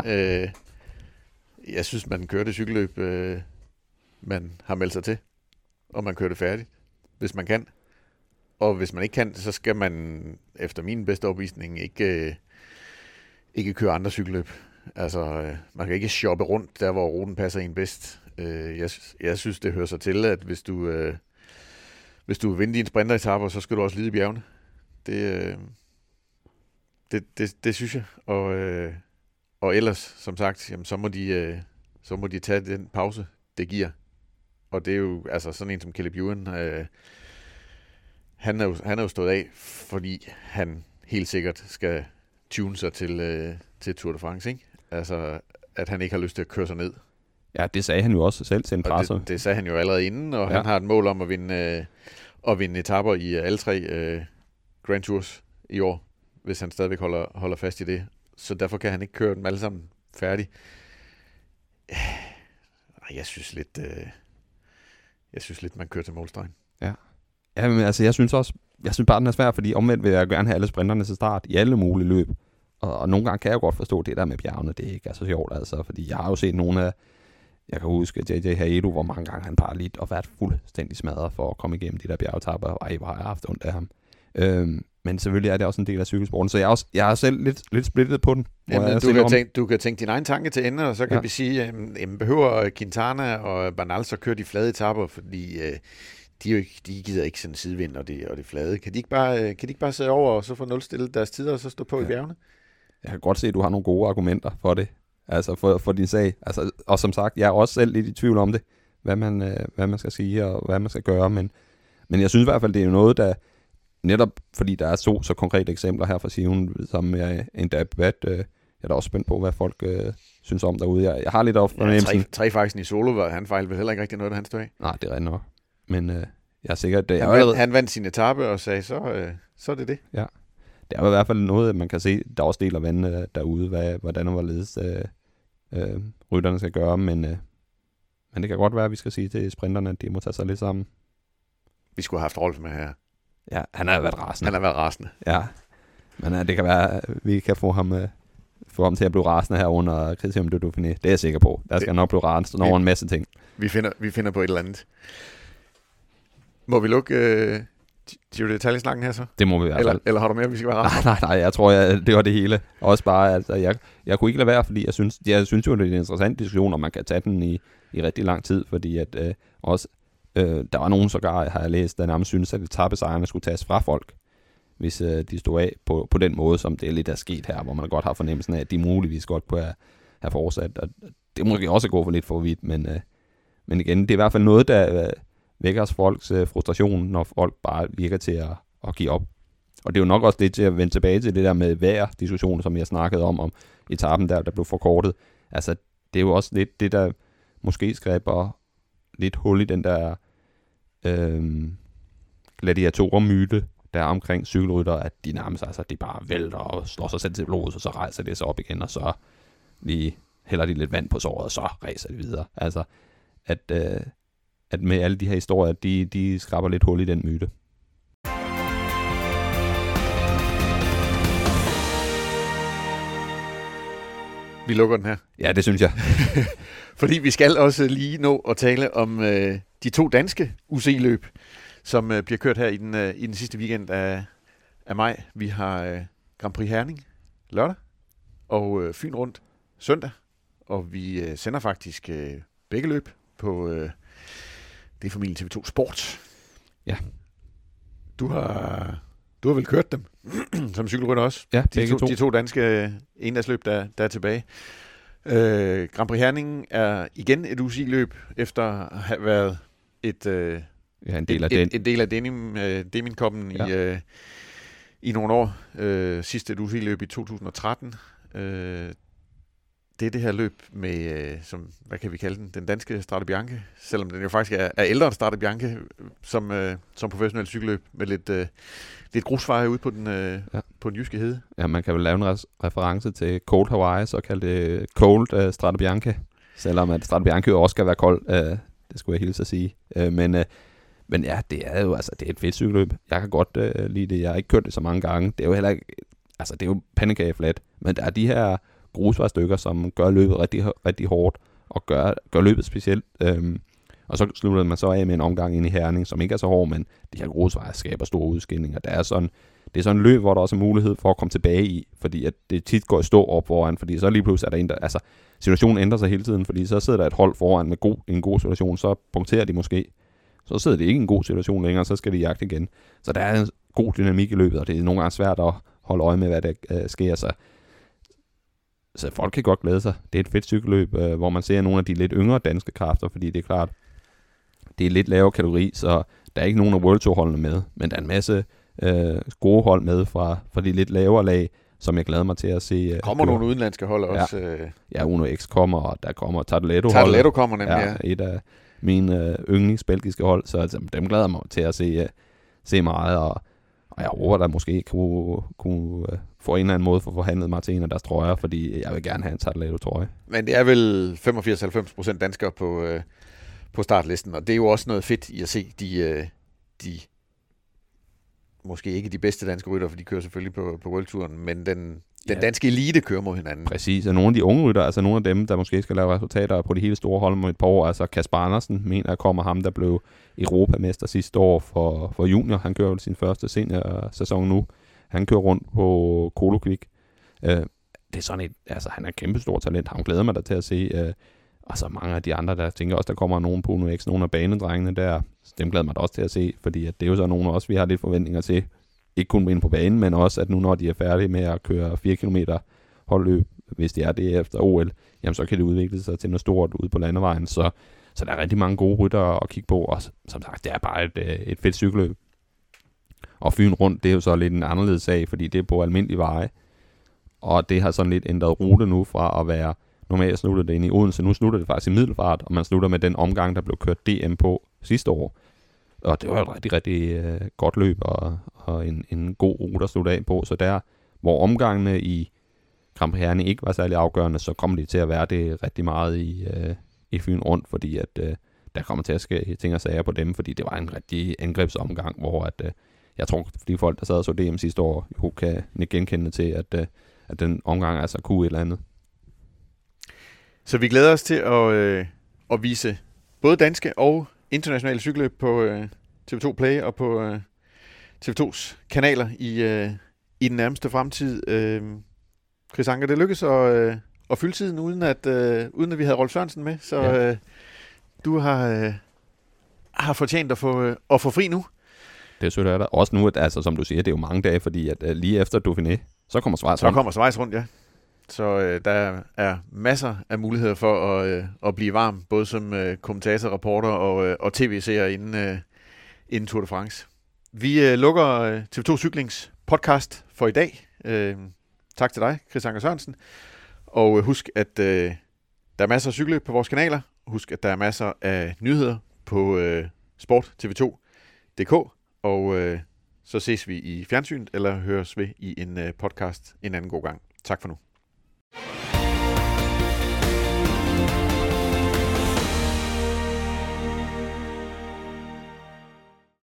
Jeg synes, man kører det cykelløb, man har meldt sig til, og man kører det færdigt, hvis man kan. Og hvis man ikke kan, så skal man, efter min bedste overbevisning, ikke køre andre cykelløb. Altså, man kan ikke shoppe rundt der, hvor ruten passer en bedst. Jeg synes, det hører sig til, at hvis du vil vinde dine sprinteretapper, så skal du også lide i bjergene. Det synes jeg. Og ellers, som sagt, jamen, så må de tage den pause, det giver. Og det er jo altså sådan en som Caleb Ewan, han er jo stået af, fordi han helt sikkert skal tune sig til Tour de France, ikke? Altså, at han ikke har lyst til at køre sig ned. Ja, det sagde han jo også selv til en presser. Det sagde han jo allerede inden, og han har et mål om at vinde etapper i alle 3 Grand Tours i år, hvis han stadigvæk holder fast i det. Så derfor kan han ikke køre dem alle sammen færdig. Jeg synes lidt, man kører til målstregen. Ja, men altså, jeg synes bare, den er svær, fordi omvendt vil jeg gerne have alle sprinterne til start i alle mulige løb. Og nogle gange kan jeg godt forstå det der med bjergene, det ikke er så sjovt, altså, fordi jeg har jo set nogle af, jeg kan huske JJ Haedo, hvor mange gange han bare lidt og været fuldstændig smadret for at komme igennem de der bjergetapper, og hvor har jeg haft ondt af ham. Men selvfølgelig er det også en del af cykelsporten, så jeg er selv lidt splittet på den. Jamen, du kan tænke din egen tanke til ende, og så kan vi sige, behøver Quintana og Bernal så køre de flade etapper, fordi de gider ikke sådan sidevind og det flade. Kan de ikke bare sidde over og så få nulstillet deres tider og så stå på i bjergene? Jeg kan godt se, at du har nogle gode argumenter for det. Altså for din sag. Altså, og som sagt, jeg er også selv lidt i tvivl om det, hvad man skal sige og hvad man skal gøre. Men jeg synes i hvert fald, det er noget, der netop fordi der er så konkrete eksempler her fra Sion, som med en debat. Jeg er da også spændt på, hvad folk synes om derude. Jeg har lidt fornemmelsen. Tre faktisk i solo, han fejlede vel heller ikke rigtig noget, da han stod af. Nej, det er rigtigt nok. Men jeg er sikker, at han vandt sin etape og sagde, så er det det. Ja. Det er i hvert fald noget, man kan se, der også deler vand derude, hvordan og hvorledes rytterne skal gøre, men det kan godt være, at vi skal sige til sprinterne, at de må tage sig lidt sammen. Vi skulle have haft Rolf med her. Ja, han har været rasende. Ja. Men det kan være, vi kan få ham til at blive rasende her under Christian de Dauphiné. Det er jeg sikker på. Der skal nok blive rasende over en masse ting. Vi finder på et eller andet. Må vi lukke Giro d'Italia-snakken her så? Det må vi i hvert fald. Eller har du mere, vi skal være rasende? Nej, jeg tror, det var det hele. Også bare, altså, jeg kunne ikke lade være, fordi jeg synes jo, det er en interessant diskussion, og man kan tage den i rigtig lang tid, fordi at også, der var nogen sågar, har jeg læst, der nærmest synes, at etapesejrene skulle tages fra folk, hvis de stod af på den måde, som det er lidt er sket her, hvor man godt har fornemmelsen af, at de muligvis godt kunne have fortsat. Og det måske også gå for lidt for vidt, men igen, det er i hvert fald noget, der vækker folks frustration, når folk bare virker til at give op. Og det er jo nok også det til at vende tilbage til det der med vejr-diskussionen, som jeg snakkede om etappen der blev forkortet. Altså, det er jo også lidt det, der måske skræber lidt hul i den der gladiatormyte, der er omkring cykelrytter, at de nærmest altså, de bare vælter og slår sig selv til blodet, og så rejser det sig op igen, og så lige hælder de lidt vand på såret, og så rejser de videre. Altså, at med alle de her historier, de skraber lidt hul i den myte. Vi lukker den her. Ja, det synes jeg. Fordi vi skal også lige nå at tale om de 2 danske UCI-løb, som bliver kørt her i den sidste weekend af maj. Vi har Grand Prix Herning lørdag og Fyn Rundt søndag. Og vi sender faktisk begge løb på det er familien TV2 Sport. Ja. Du har vel kørt dem som cykelrytter også? Ja, de to danske endagsløb, der er tilbage. Grand Prix Herning er igen et UCI-løb, efter at have været en del af Demin-koppen i nogle år. Sidste et UCI-løb i 2013. Det er det her løb med, som, hvad kan vi kalde den danske Strade Bianche, selvom den jo faktisk er ældre end Strade Bianche, som professionel cykelløb, med lidt grusveje ude på den jyske hede. Ja, man kan vel lave en reference til Cold Hawaii, så kalde det Cold Strade Bianche, selvom at Strade Bianche jo også skal være kold, det skulle jeg hilse at sige. Men ja, det er jo det er et fedt cykelløb. Jeg kan godt lide det. Jeg har ikke kørt det så mange gange. Det er jo heller ikke, det er jo pandekageflat, men der er de her grusvejstykker, som gør løbet rigtig, rigtig hårdt, og gør løbet specielt. Og så slutter man så af med en omgang ind i Herning, som ikke er så hård, men de her grusveje skaber store udskilninger. Det er sådan en løb, hvor der også er mulighed for at komme tilbage i, fordi at det tit går i stå op foran, fordi så lige pludselig er der en, der, situationen ændrer sig hele tiden, fordi så sidder der et hold foran med en god situation, så punkterer de måske. Så sidder de ikke i en god situation længere, så skal de jagte igen. Så der er en god dynamik i løbet, og det er nogle gange svært at holde øje med, hvad der sker. Så folk kan godt glæde sig. Det er et fedt cykelløb, hvor man ser nogle af de lidt yngre danske kræfter, fordi det er klart, det er lidt lavere kategori, så der er ikke nogen af World Tour-holdene med, men der er en masse gode hold med fra de lidt lavere lag, som jeg glæder mig til at se. Kommer nogle udenlandske hold også? Ja, Uno X kommer, og der kommer Tartletto. Tartletto kommer nemlig, ja. Et af mine yndlingsbelgiske hold, så dem glæder mig til at se meget, og jeg håber, der måske kunne få en eller anden måde for forhandlet mig til en af deres trøjer, fordi jeg vil gerne have en Tartletto-trøje. Men det er vel 85-90% danskere på startlisten, og det er jo også noget fedt i at se de måske ikke de bedste danske rytter, for de kører selvfølgelig på World-turen, men den danske elite kører mod hinanden. Præcis, og nogle af de unge rytter, altså nogle af dem, der måske skal lave resultater på de hele store hold om et par år, altså Kasper Andersen, mener jeg kommer ham, der blev europamester sidste år for junior. Han kører jo sin første seniorsæson nu. Han kører rundt på Kolokvik. Det er sådan han er et kæmpe stort talent. Han glæder mig da til at se. Altså mange af de andre, der tænker også, der kommer nogen på Uno X, nogle af banedrengene der. Dem glæder mig da også til at se, fordi at det er jo så nogle også, vi har lidt forventninger til. Ikke kun ind på banen, men også, at nu når de er færdige med at køre 4 km holdløb, hvis det er det efter OL, jamen så kan det udvikle sig til noget stort ude på landevejen. Så der er rigtig mange gode ryttere at kigge på, og som sagt, det er bare et fedt cykelløb. Og Fyn Rundt, det er jo så lidt en anderledes sag, fordi det er på almindelige veje, og det har sådan lidt ændret rute nu fra at være, normalt slutter det ind i Odense, nu slutter det faktisk i Middelfart, og man slutter med den omgang, der blev kørt DM på sidste år. Og det var et rigtig, rigtig godt løb, og en god rute at slutte af på. Så der, hvor omgangene i Grand Prix Herning ikke var særlig afgørende, så kommer de til at være det rigtig meget i Fyn Rundt, fordi at der kommer til at ske ting og sager på dem, fordi det var en rigtig angrebsomgang, hvor at jeg tror, de folk, der sad og så DM sidste år, jo kan genkende til, at den omgang altså kunne et eller andet. Så vi glæder os til at vise både danske og internationale cykelløb på TV2 Play og på TV2's kanaler i den nærmeste fremtid. Chris Anker, det lykkedes at fylde tiden, uden at vi havde Rolf Sørensen med, så ja. Du har fortjent at få fri nu. Det synes jeg da. Også nu, at, altså, som du siger, det er jo mange dage, fordi at lige efter Dauphiné, så kommer Schweiz rundt. Så kommer Schweiz rundt, ja. Så der er masser af muligheder for at blive varm, både som kommentator, reporter og tv-seer inden Tour de France. Vi lukker TV2 Cyklings podcast for i dag. Tak til dig, Chris Anker Sørensen. Og husk, at der er masser af cykelløb på vores kanaler. Husk, at der er masser af nyheder på sporttv2.dk. Og så ses vi i fjernsynet, eller høres ved i en podcast en anden god gang. Tak for nu.